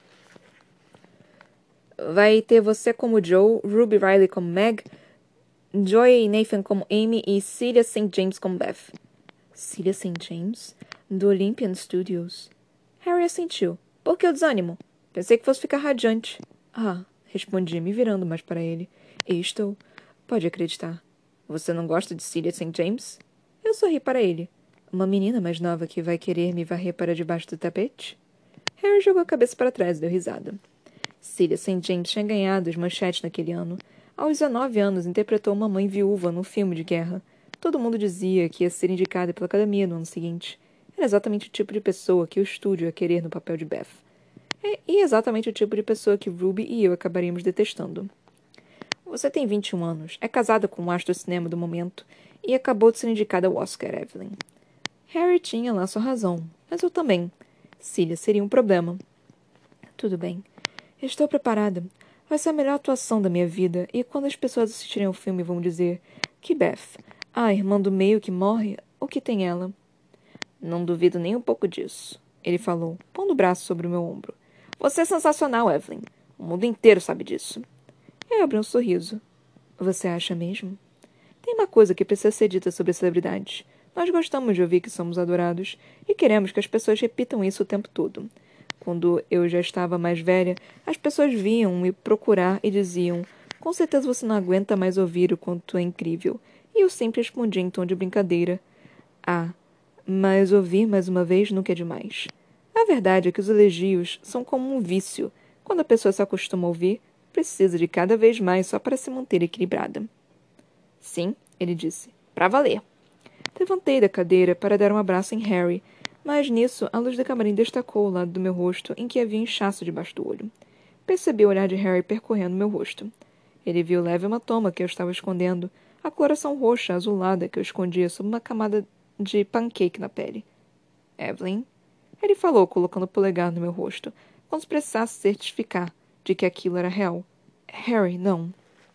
[SPEAKER 1] Vai ter você como Joe, Ruby Riley como Meg, Joy e Nathan como Amy e Celia St. James como Beth. Celia St. James? Do Olympian Studios. Harry assentiu. Por que o desânimo? Pensei que fosse ficar radiante. Ah, respondi, me virando mais para ele. E estou. Pode acreditar. Você não gosta de Celia St. James? Eu sorri para ele. Uma menina mais nova que vai querer me varrer para debaixo do tapete? Harry jogou a cabeça para trás e deu risada. Celia St. James tinha ganhado as manchetes naquele ano. Aos 19 anos, interpretou uma mãe viúva num filme de guerra. Todo mundo dizia que ia ser indicada pela academia no ano seguinte. Era exatamente o tipo de pessoa que o estúdio ia querer no papel de Beth. E exatamente o tipo de pessoa que Ruby e eu acabaríamos detestando. Você tem 21 anos, é casada com um astro do cinema do momento e acabou de ser indicada ao Oscar, Evelyn. Harry tinha lá sua razão, mas eu também. Celia seria um problema. Tudo bem. Estou preparada. Vai ser a melhor atuação da minha vida, e quando as pessoas assistirem ao filme vão dizer que Beth, a irmã do meio que morre, o que tem ela? Não duvido nem um pouco disso, ele falou, pondo o braço sobre o meu ombro. Você é sensacional, Evelyn. O mundo inteiro sabe disso. Eu abri um sorriso. Você acha mesmo? Tem uma coisa que precisa ser dita sobre celebridades. Nós gostamos de ouvir que somos adorados e queremos que as pessoas repitam isso o tempo todo. Quando eu já estava mais velha, as pessoas vinham me procurar e diziam: com certeza você não aguenta mais ouvir o quanto é incrível. E eu sempre respondia em tom de brincadeira: ah, mas ouvir mais uma vez nunca é demais. A verdade é que os elogios são como um vício. Quando a pessoa se acostuma a ouvir, precisa de cada vez mais só para se manter equilibrada. Sim, ele disse. Pra valer. Levantei da cadeira para dar um abraço em Harry, mas nisso a luz da camarim destacou ao lado do meu rosto em que havia inchaço debaixo do olho. Percebi o olhar de Harry percorrendo meu rosto. Ele viu o leve hematoma que eu estava escondendo, a coloração roxa azulada que eu escondia sob uma camada de pancake na pele. Evelyn? Ele falou, colocando o polegar no meu rosto, como se precisasse certificar de que aquilo era real. Harry, não.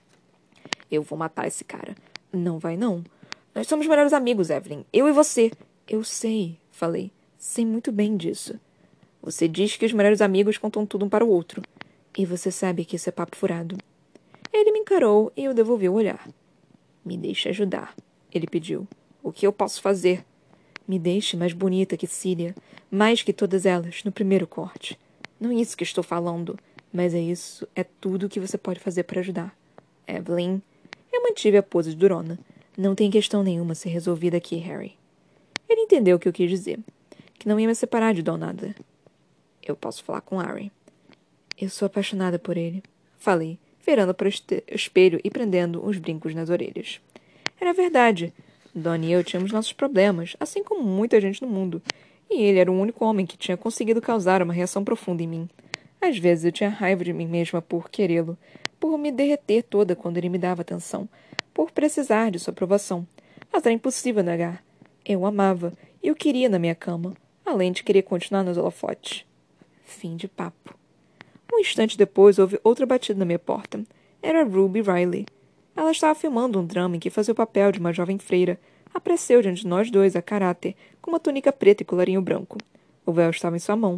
[SPEAKER 1] Eu vou matar esse cara. Não vai, não. Nós somos melhores amigos, Evelyn. Eu e você. Eu sei, falei. Sei muito bem disso. Você diz que os melhores amigos contam tudo um para o outro. E você sabe que isso é papo furado. Ele me encarou e eu devolvi o olhar. Me deixe ajudar, ele pediu. O que eu posso fazer? Me deixe mais bonita que Cília, mais que todas elas, no primeiro corte. Não é isso que estou falando, mas é tudo o que você pode fazer para ajudar. Evelyn, eu mantive a pose durona. Não tem questão nenhuma a ser resolvida aqui, Harry. Ele entendeu o que eu quis dizer, que não ia me separar de Don Adler. Eu posso falar com Harry. Eu sou apaixonada por ele, falei, virando para o espelho e prendendo os brincos nas orelhas. Era verdade. Don e eu tínhamos nossos problemas, assim como muita gente no mundo. E ele era o único homem que tinha conseguido causar uma reação profunda em mim. Às vezes eu tinha raiva de mim mesma por querê-lo, por me derreter toda quando ele me dava atenção, por precisar de sua aprovação. Mas era impossível negar. Eu o amava e o queria na minha cama, além de querer continuar nos holofotes. Fim de papo. Um instante depois houve outra batida na minha porta. Era Ruby Riley. Ela estava filmando um drama em que fazia o papel de uma jovem freira. Apareceu diante de nós dois a caráter, com uma túnica preta e colarinho branco. O véu estava em sua mão.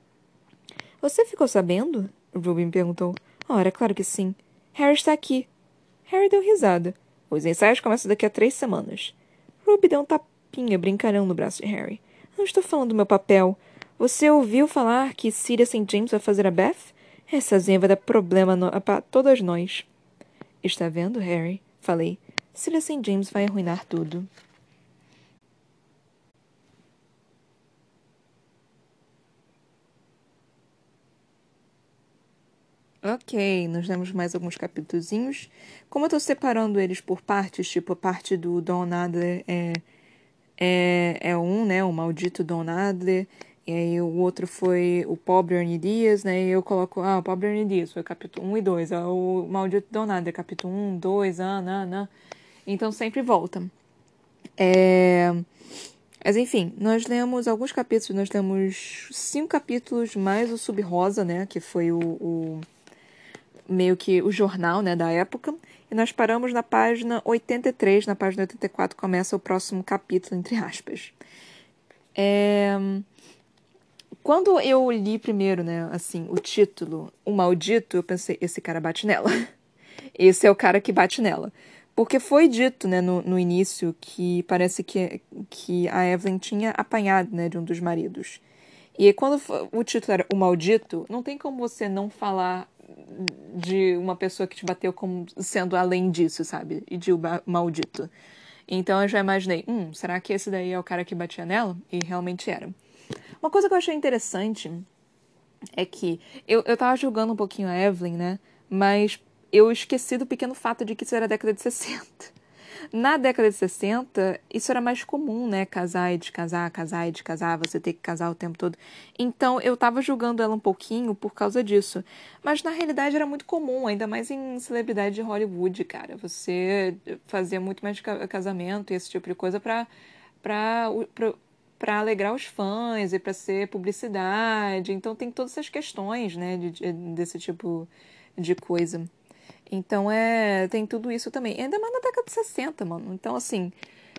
[SPEAKER 1] Você ficou sabendo? Ruby me perguntou. Ora, claro que sim. Harry está aqui. Harry deu risada. Os ensaios começam daqui a 3 semanas. Ruby deu um tapinha brincalhão no braço de Harry. Não estou falando do meu papel. Você ouviu falar que Sirius St. James vai fazer a Beth? Essa zinha vai dar problema para todas nós. Está vendo, Harry? Falei. Sirius St. James vai arruinar tudo. Ok, nós temos mais alguns capítulozinhos. Como eu tô separando eles por partes, tipo, a parte do Don Adler é um, né? O maldito Don Adler. E aí o outro foi o pobre Ernie Dias, né? E eu coloco, o pobre Ernie Dias foi capítulo 1 e 2. O maldito Don Adler, capítulo 1, 2, Então sempre volta. Mas enfim, nós lemos alguns capítulos, nós temos 5 capítulos mais o Sub-Rosa, né? Que foi o meio que o jornal, né, da época. E nós paramos na página 83, na página 84 começa o próximo capítulo, entre aspas. Quando eu li primeiro, né, assim, o título, O Maldito, eu pensei, esse cara bate nela. Esse é o cara que bate nela. Porque foi dito, né, no início que parece que a Evelyn tinha apanhado, né, de um dos maridos. E quando o título era O Maldito, não tem como você não falar de uma pessoa que te bateu como sendo além disso, sabe? E de o maldito. Então eu já imaginei, será que esse daí é o cara que batia nela? E realmente era. Uma coisa que eu achei interessante é que eu tava julgando um pouquinho a Evelyn, né? Mas eu esqueci do pequeno fato de que isso era a década de 60. Na década de 60, isso era mais comum, né? Casar e descasar, casar e descasar, você ter que casar o tempo todo. Então, eu tava julgando ela um pouquinho por causa disso. Mas, na realidade, era muito comum, ainda mais em celebridade de Hollywood, cara. Você fazia muito mais casamento e esse tipo de coisa pra, pra, pra alegrar os fãs e pra ser publicidade. Então, tem todas essas questões, né? Desse tipo de coisa. Então, tem tudo isso também. Ainda mais na década de 60, mano. Então, assim,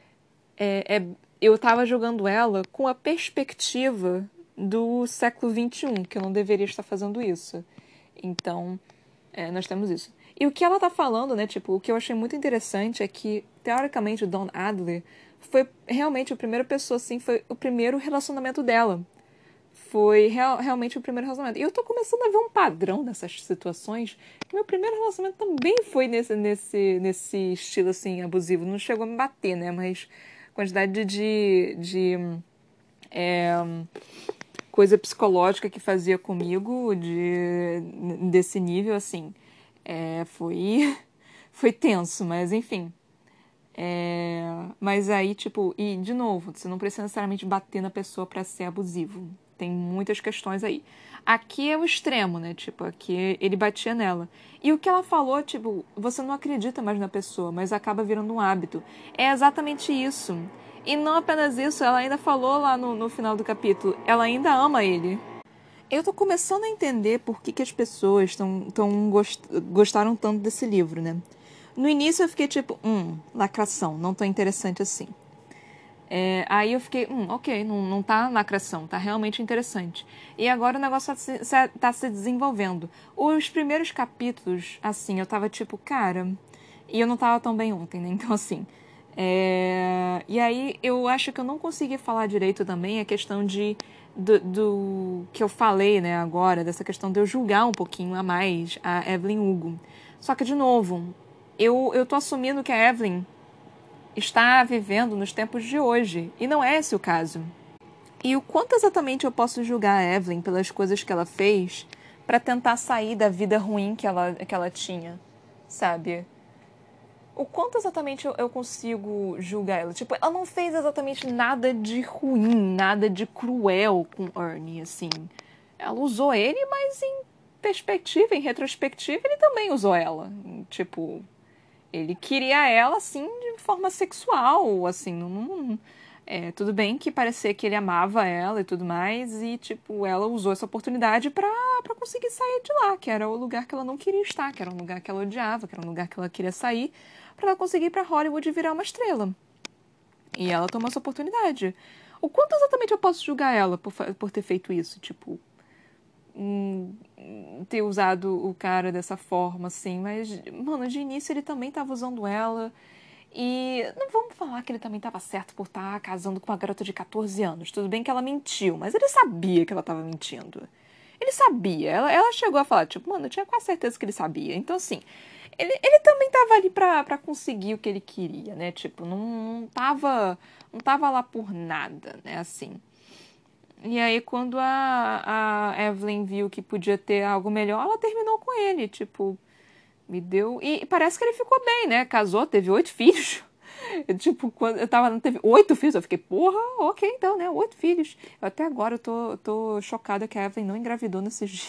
[SPEAKER 1] eu tava jogando ela com a perspectiva do século XXI, que eu não deveria estar fazendo isso. Então, nós temos isso. E o que ela tá falando, né, tipo, o que eu achei muito interessante é que, teoricamente, o Don Adler foi realmente a primeira pessoa, assim, foi o primeiro relacionamento dela. Foi realmente o primeiro relacionamento. E eu tô começando a ver um padrão nessas situações, que meu primeiro relacionamento também foi nesse estilo, assim, abusivo. Não chegou a me bater, né? Mas quantidade de coisa psicológica que fazia comigo desse nível, assim, Foi tenso, mas enfim. Mas aí, tipo, e de novo, você não precisa necessariamente bater na pessoa pra ser abusivo. Tem muitas questões aí. Aqui é o extremo, né? Tipo, aqui ele batia nela. E o que ela falou, tipo, você não acredita mais na pessoa, mas acaba virando um hábito. É exatamente isso. E não apenas isso, ela ainda falou lá no final do capítulo, ela ainda ama ele. Eu tô começando a entender por que as pessoas gostaram tanto desse livro, né? No início eu fiquei tipo, lacração, não tão interessante assim. Aí eu fiquei, ok, não tá lacração, tá realmente interessante. E agora o negócio tá se desenvolvendo. Os primeiros capítulos, assim, eu tava tipo, cara... E eu não tava tão bem ontem, né? Então, assim... E aí eu acho que eu não consegui falar direito também a questão do que eu falei, né, agora, dessa questão de eu julgar um pouquinho a mais a Evelyn Hugo. Só que, de novo, eu tô assumindo que a Evelyn está vivendo nos tempos de hoje, e não é esse o caso. E o quanto exatamente eu posso julgar a Evelyn pelas coisas que ela fez para tentar sair da vida ruim que ela tinha, sabe? O quanto exatamente eu consigo julgar ela? Tipo, ela não fez exatamente nada de ruim, nada de cruel com Ernie, assim. Ela usou ele, mas em perspectiva, em retrospectiva, ele também usou ela. Tipo, ele queria ela, assim, de forma sexual, assim, tudo bem que parecia que ele amava ela e tudo mais, e, tipo, ela usou essa oportunidade pra conseguir sair de lá, que era o lugar que ela não queria estar, que era um lugar que ela odiava, que era um lugar que ela queria sair, pra ela conseguir ir pra Hollywood e virar uma estrela. E ela tomou essa oportunidade. O quanto exatamente eu posso julgar ela por ter feito isso? Tipo, ter usado o cara dessa forma, assim. Mas, mano, de início ele também tava usando ela. E não vamos falar que ele também tava certo por estar casando com uma garota de 14 anos. Tudo bem que ela mentiu, mas ele sabia que ela tava mentindo. Ele sabia. Ela chegou a falar, tipo, mano, eu tinha quase certeza que ele sabia. Então, assim, ele também tava ali pra conseguir o que ele queria, né? Tipo, não tava lá por nada, né? Assim. E aí, quando a Evelyn viu que podia ter algo melhor, ela terminou com ele. Tipo, me deu. E parece que ele ficou bem, né? Casou, teve 8 filhos. Tipo, quando eu tava. Teve 8 filhos, eu fiquei, porra, ok, então, né? 8 filhos. Até agora eu tô chocada que a Evelyn não engravidou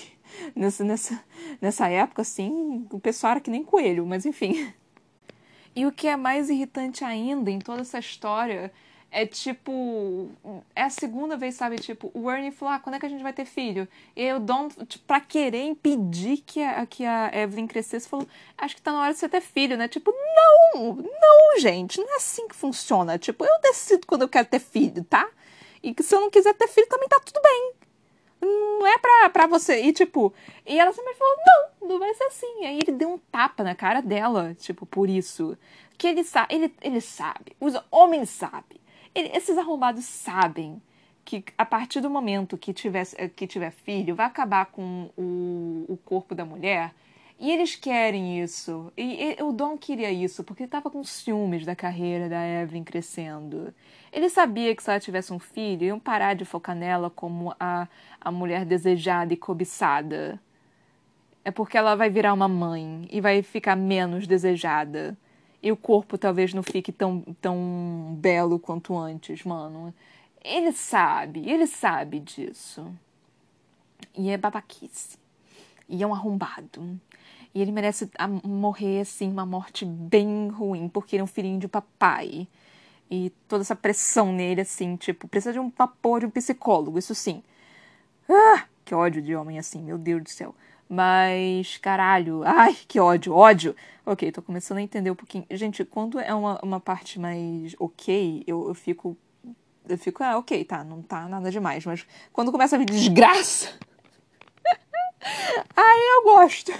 [SPEAKER 1] nessa época, assim. O pessoal era que nem coelho, mas enfim. E o que é mais irritante ainda em toda essa história é tipo. É a segunda vez, sabe? Tipo, o Ernie falou: quando é que a gente vai ter filho? E aí o Don, tipo, pra querer impedir que a Evelyn crescesse, falou: acho que tá na hora de você ter filho, né? Tipo, não, gente, não é assim que funciona. Tipo, eu decido quando eu quero ter filho, tá? E que se eu não quiser ter filho também tá tudo bem. Não é pra você. E tipo, e ela sempre falou, não vai ser assim. Aí ele deu um tapa na cara dela, tipo, por isso. Que ele sabe, os homens sabem. Esses arrombados sabem que a partir do momento que tiver filho, vai acabar com o corpo da mulher. E eles querem isso. E o Dom queria isso, porque ele estava com ciúmes da carreira da Evelyn crescendo. Ele sabia que se ela tivesse um filho, iam parar de focar nela como a mulher desejada e cobiçada. É porque ela vai virar uma mãe e vai ficar menos desejada. E o corpo talvez não fique tão belo quanto antes, mano. Ele sabe disso. E é babaquice. E é um arrombado. E ele merece morrer, assim, uma morte bem ruim, porque ele é um filhinho de papai. E toda essa pressão nele, assim, tipo, precisa de uma porra de um psicólogo, isso sim. Ah, que ódio de homem assim, meu Deus do céu. Mas, caralho, ai, que ódio. Ok, tô começando a entender um pouquinho. Gente, quando é uma parte mais ok, eu fico. Ok, tá, não tá nada demais. Mas quando começa a vir desgraça, aí eu gosto.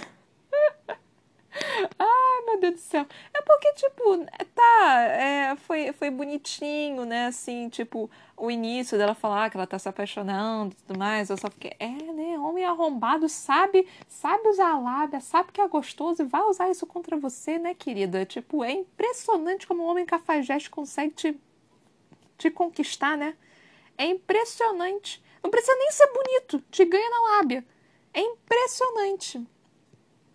[SPEAKER 1] Ai, meu Deus do céu. É porque, tipo, foi bonitinho, né? Assim, tipo, o início dela falar que ela tá se apaixonando e tudo mais. Eu só fiquei, né? Homem arrombado sabe usar a lábia, sabe que é gostoso e vai usar isso contra você, né, querida? Tipo, é impressionante como um homem cafajeste consegue te conquistar, né? É impressionante. Não precisa nem ser bonito, te ganha na lábia. É impressionante.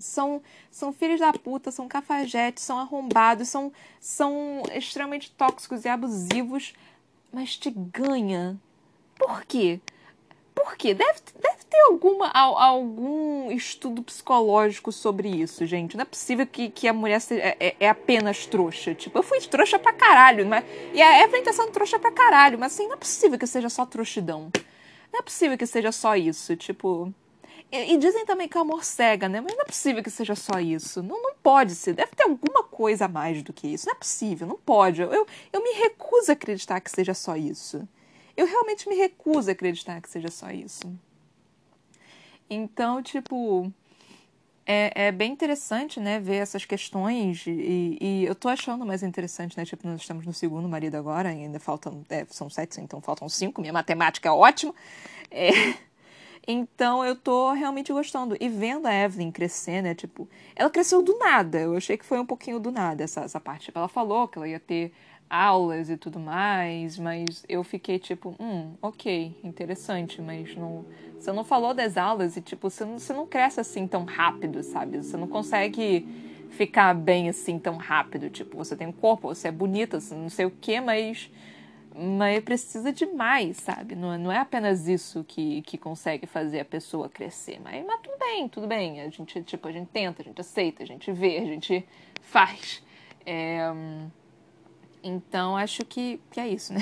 [SPEAKER 1] são filhos da puta, são cafajetes, são arrombados, são extremamente tóxicos e abusivos, mas te ganha. Por quê? Por quê? Deve ter algum estudo psicológico sobre isso, gente. Não é possível que a mulher é apenas trouxa. Tipo, eu fui trouxa pra caralho, mas, e a Evelyn tá sendo trouxa pra caralho, mas assim, não é possível que seja só trouxidão. Não é possível que seja só isso, tipo... E dizem também que o amor cega, né? Mas não é possível que seja só isso. Não pode ser. Deve ter alguma coisa a mais do que isso. Não é possível, não pode. Eu me recuso a acreditar que seja só isso. Eu realmente me recuso a acreditar que seja só isso. Então, tipo, é bem interessante, né, ver essas questões e eu tô achando mais interessante, né, tipo, nós estamos no segundo marido agora, ainda faltam, são 7, então faltam 5, minha matemática é ótima. É, então eu tô realmente gostando. E vendo a Evelyn crescer, né? Tipo, ela cresceu do nada. Eu achei que foi um pouquinho do nada essa parte. Tipo, ela falou que ela ia ter aulas e tudo mais, mas eu fiquei tipo, ok, interessante, mas não. Você não falou das aulas e, tipo, você não cresce assim tão rápido, sabe? Você não consegue ficar bem assim tão rápido. Tipo, você tem um corpo, você é bonita, você não sei o quê, mas precisa de mais, sabe? Não é apenas isso que consegue fazer a pessoa crescer. Mas tudo bem. A gente, tipo, a gente tenta, a gente aceita, a gente vê, a gente faz. Então, acho que é isso, né?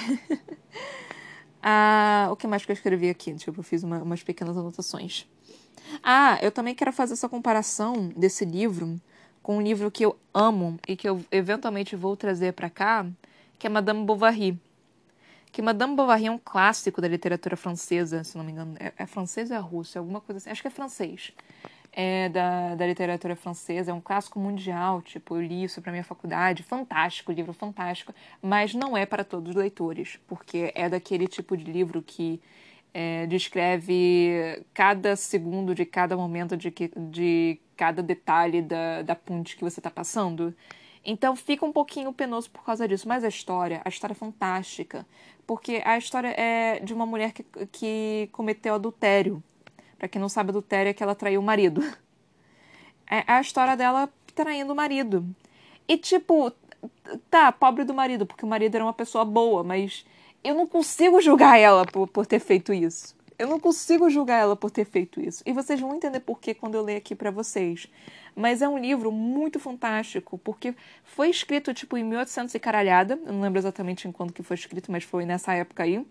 [SPEAKER 1] O que mais que eu escrevi aqui? Tipo, eu fiz umas pequenas anotações. Eu também quero fazer essa comparação desse livro com um livro que eu amo e que eu eventualmente vou trazer pra cá, que é Madame Bovary. Que Madame Bovary é um clássico da literatura francesa, se não me engano. É francês ou é russo? É alguma coisa assim. Acho que é francês. É da literatura francesa. É um clássico mundial. Tipo, eu li isso pra minha faculdade. Fantástico, livro fantástico. Mas não é para todos os leitores. Porque é daquele tipo de livro que descreve cada segundo de cada momento de cada detalhe da ponte que você está passando. Então fica um pouquinho penoso por causa disso. Mas a história é fantástica. Porque a história é de uma mulher que cometeu adultério. Pra quem não sabe, adultério é que ela traiu o marido. É a história dela traindo o marido. E tipo, tá, pobre do marido, porque o marido era uma pessoa boa, mas eu não consigo julgar ela por ter feito isso. Eu não consigo julgar ela por ter feito isso. E vocês vão entender por que quando eu ler aqui pra vocês. Mas é um livro muito fantástico, porque foi escrito, tipo, em 1800 e caralhada. Eu não lembro exatamente em quando que foi escrito, mas foi nessa época aí.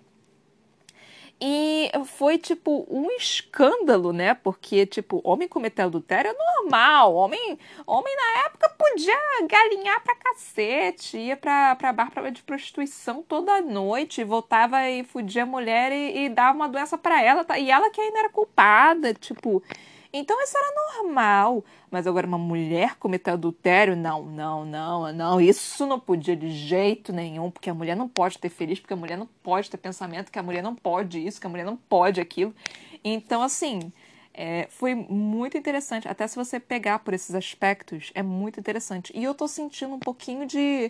[SPEAKER 1] E foi, tipo, um escândalo, né? Porque, tipo, homem cometer adultério é normal. Homem na época podia galinhar pra cacete. Ia pra bar de prostituição toda noite. Voltava e fudia a mulher e dava uma doença pra ela. Tá? E ela que ainda era culpada, tipo... Então isso era normal. Mas agora uma mulher cometer adultério? Não. Isso não podia de jeito nenhum, porque a mulher não pode ter feliz, porque a mulher não pode ter pensamento, que a mulher não pode isso, que a mulher não pode aquilo. Então, assim, foi muito interessante. Até se você pegar por esses aspectos, é muito interessante. E eu tô sentindo um pouquinho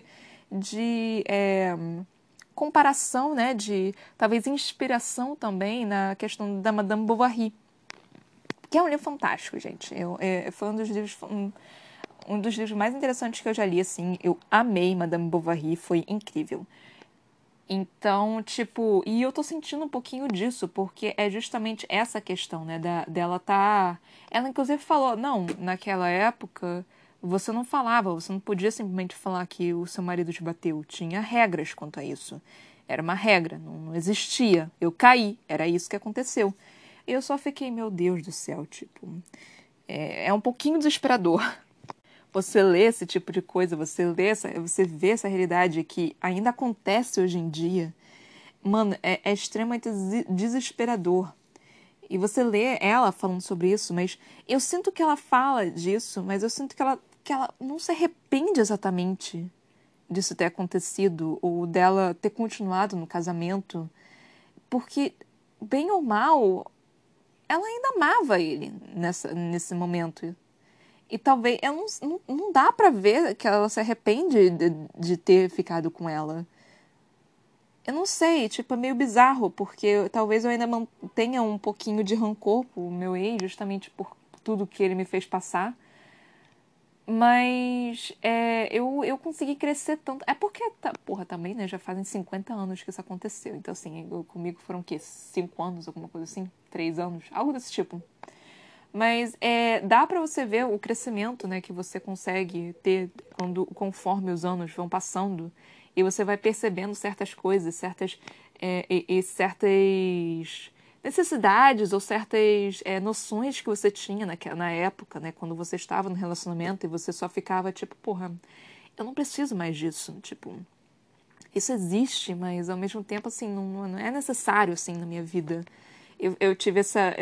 [SPEAKER 1] de comparação, né? De talvez inspiração também na questão da Madame Bovary. Que é um livro fantástico, gente. Foi um dos livros mais interessantes que eu já li, assim. Eu amei Madame Bovary, foi incrível. Então, tipo, e eu tô sentindo um pouquinho disso, porque é justamente essa questão, né, dela tá... Ela, inclusive, falou, não, naquela época, você não falava, você não podia simplesmente falar que o seu marido te bateu. Tinha regras quanto a isso. Era uma regra, não existia. Eu caí, era isso que aconteceu. E eu só fiquei, meu Deus do céu, tipo... É um pouquinho desesperador. Você lê esse tipo de coisa, você vê essa realidade que ainda acontece hoje em dia, mano, é extremamente desesperador. E você lê ela falando sobre isso, mas eu sinto que ela fala disso, mas eu sinto que ela não se arrepende exatamente disso ter acontecido, ou dela ter continuado no casamento, porque, bem ou mal, ela ainda amava ele nesse momento. E talvez. Não dá pra ver que ela se arrepende de ter ficado com ela. Eu não sei, tipo, é meio bizarro, porque talvez eu ainda mantenha um pouquinho de rancor pro meu ex, justamente por tudo que ele me fez passar. Mas eu consegui crescer tanto. É porque, porra, também, né? Já fazem 50 anos que isso aconteceu. Então, assim, comigo foram o quê? 5 anos, alguma coisa assim? 3 anos? Algo desse tipo. Mas dá pra você ver o crescimento, né, que você consegue ter conforme os anos vão passando. E você vai percebendo certas coisas, certas necessidades ou certas noções que você tinha na época, né, quando você estava no relacionamento e você só ficava tipo, porra, eu não preciso mais disso. Tipo, isso existe, mas ao mesmo tempo, assim, não é necessário, assim, na minha vida. Eu tive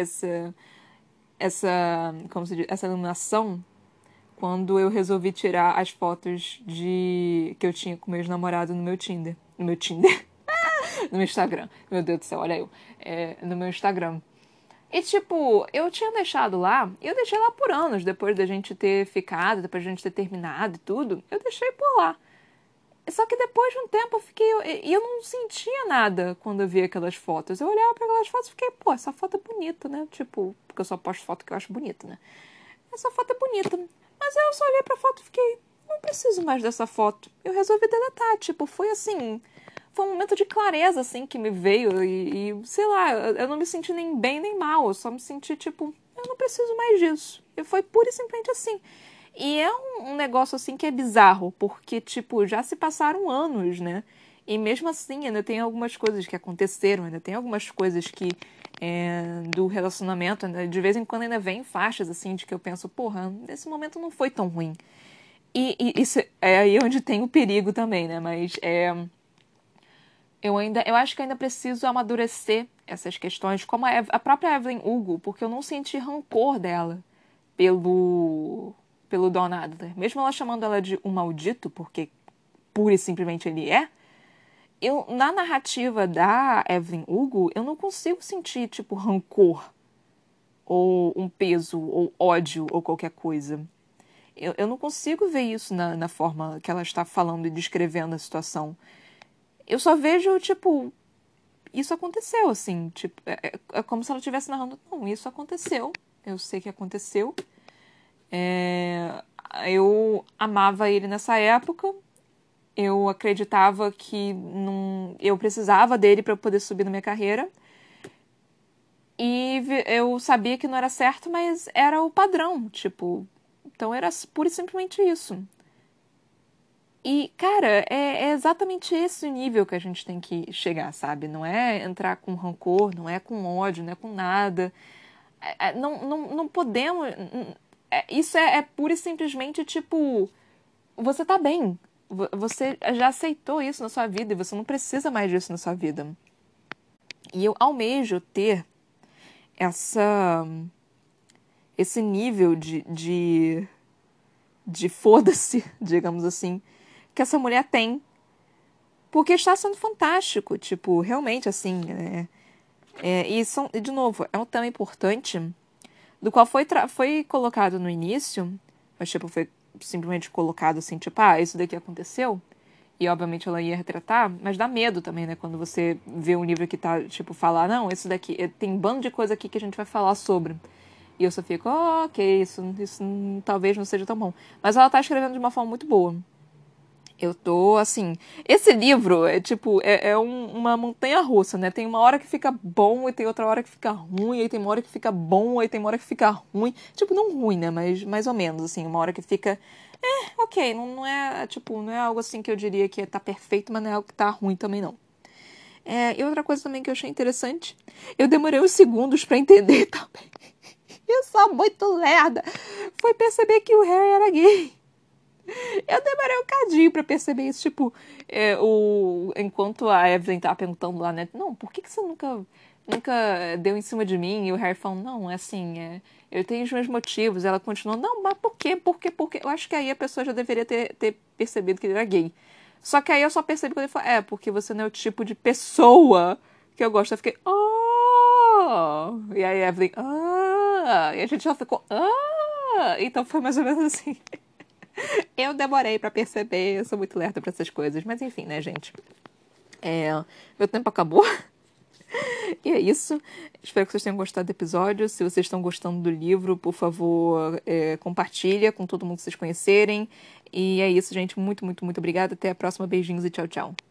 [SPEAKER 1] como se diz, essa iluminação quando eu resolvi tirar as fotos que eu tinha com meus namorados no meu Tinder. No meu Tinder? No meu Instagram. Meu Deus do céu, olha eu. No meu Instagram. E, tipo, eu tinha deixado lá, e eu deixei lá por anos, depois da gente ter ficado, depois da gente ter terminado e tudo, eu deixei por lá. Só que depois de um tempo eu não sentia nada quando eu via aquelas fotos. Eu olhava para aquelas fotos e fiquei, pô, essa foto é bonita, né? Tipo, porque eu só posto foto que eu acho bonita, né? Essa foto é bonita. Mas aí eu só olhei pra foto e fiquei, não preciso mais dessa foto. Eu resolvi deletar, tipo, foi assim, foi um momento de clareza, assim, que me veio e sei lá, eu não me senti nem bem nem mal, eu só me senti, tipo, eu não preciso mais disso. E foi pura e simplesmente assim. E é um negócio, assim, que é bizarro, porque, tipo, já se passaram anos, né? E mesmo assim, ainda tem algumas coisas que aconteceram, ainda tem algumas coisas que do relacionamento, né? De vez em quando ainda vem faixas assim de que eu penso, porra, esse momento não foi tão ruim. E isso é aí onde tem o perigo também, né? Mas eu acho que ainda preciso amadurecer essas questões, como a própria Evelyn Hugo, porque eu não senti rancor dela pelo Don Adler. Mesmo ela chamando ela de um maldito, porque pura e simplesmente ele é, na narrativa da Evelyn Hugo, eu não consigo sentir, tipo, rancor ou um peso, ou ódio, ou qualquer coisa. Eu não consigo ver isso na forma que ela está falando e descrevendo a situação. Eu só vejo, tipo, isso aconteceu, assim. Tipo, é como se ela estivesse narrando, não, isso aconteceu. Eu sei que aconteceu. Eu amava ele nessa época. Eu acreditava que eu precisava dele para poder subir na minha carreira. E eu sabia que não era certo, mas era o padrão, tipo. Então era pura e simplesmente isso. E, cara, é exatamente esse o nível que a gente tem que chegar, sabe? Não é entrar com rancor, não é com ódio, não é com nada. Não podemos. Isso é pura e simplesmente tipo. Você tá bem. Você já aceitou isso na sua vida e você não precisa mais disso na sua vida. E eu almejo ter essa esse nível de foda-se, digamos assim, que essa mulher tem. Porque está sendo fantástico, tipo, realmente, assim, e de novo, é um tema importante, do qual foi colocado no início, mas, tipo, foi simplesmente colocado assim, tipo, isso daqui aconteceu, e obviamente ela ia retratar, mas dá medo também, né, quando você vê um livro que tá, tipo, falar, não, isso daqui, tem um bando de coisa aqui que a gente vai falar sobre. E eu só fico, ok, isso talvez não seja tão bom. Mas ela tá escrevendo de uma forma muito boa. Eu tô, assim... Esse livro é, tipo, uma montanha-russa, né? Tem uma hora que fica bom e tem outra hora que fica ruim, aí tem uma hora que fica bom, aí tem uma hora que fica ruim. Tipo, não ruim, né? Mas mais ou menos, assim. Uma hora que fica... ok. Não é, tipo, não é algo assim que eu diria que tá perfeito, mas não é algo que tá ruim também, não. E outra coisa também que eu achei interessante, eu demorei uns segundos pra entender também. Eu sou muito lerda. Foi perceber que o Harry era gay. Eu demorei um cadinho pra perceber isso. Tipo, enquanto a Evelyn tava perguntando lá, né? Não, por que você nunca deu em cima de mim? E o Harry falando, não, é assim, eu tenho os meus motivos. Ela continuou, não, mas por quê? Por quê? Por quê? Eu acho que aí a pessoa já deveria ter percebido que ele era gay. Só que aí eu só percebi quando ele falou, porque você não é o tipo de pessoa que eu gosto. Eu fiquei, E aí a Evelyn, E a gente já ficou, Então foi mais ou menos assim. Eu demorei pra perceber, eu sou muito lerda pra essas coisas. Mas enfim, né, gente? Meu tempo acabou. E é isso. Espero que vocês tenham gostado do episódio. Se vocês estão gostando do livro, por favor, compartilha com todo mundo que vocês conhecerem. E é isso, gente. Muito, muito, muito obrigada. Até a próxima. Beijinhos e tchau, tchau.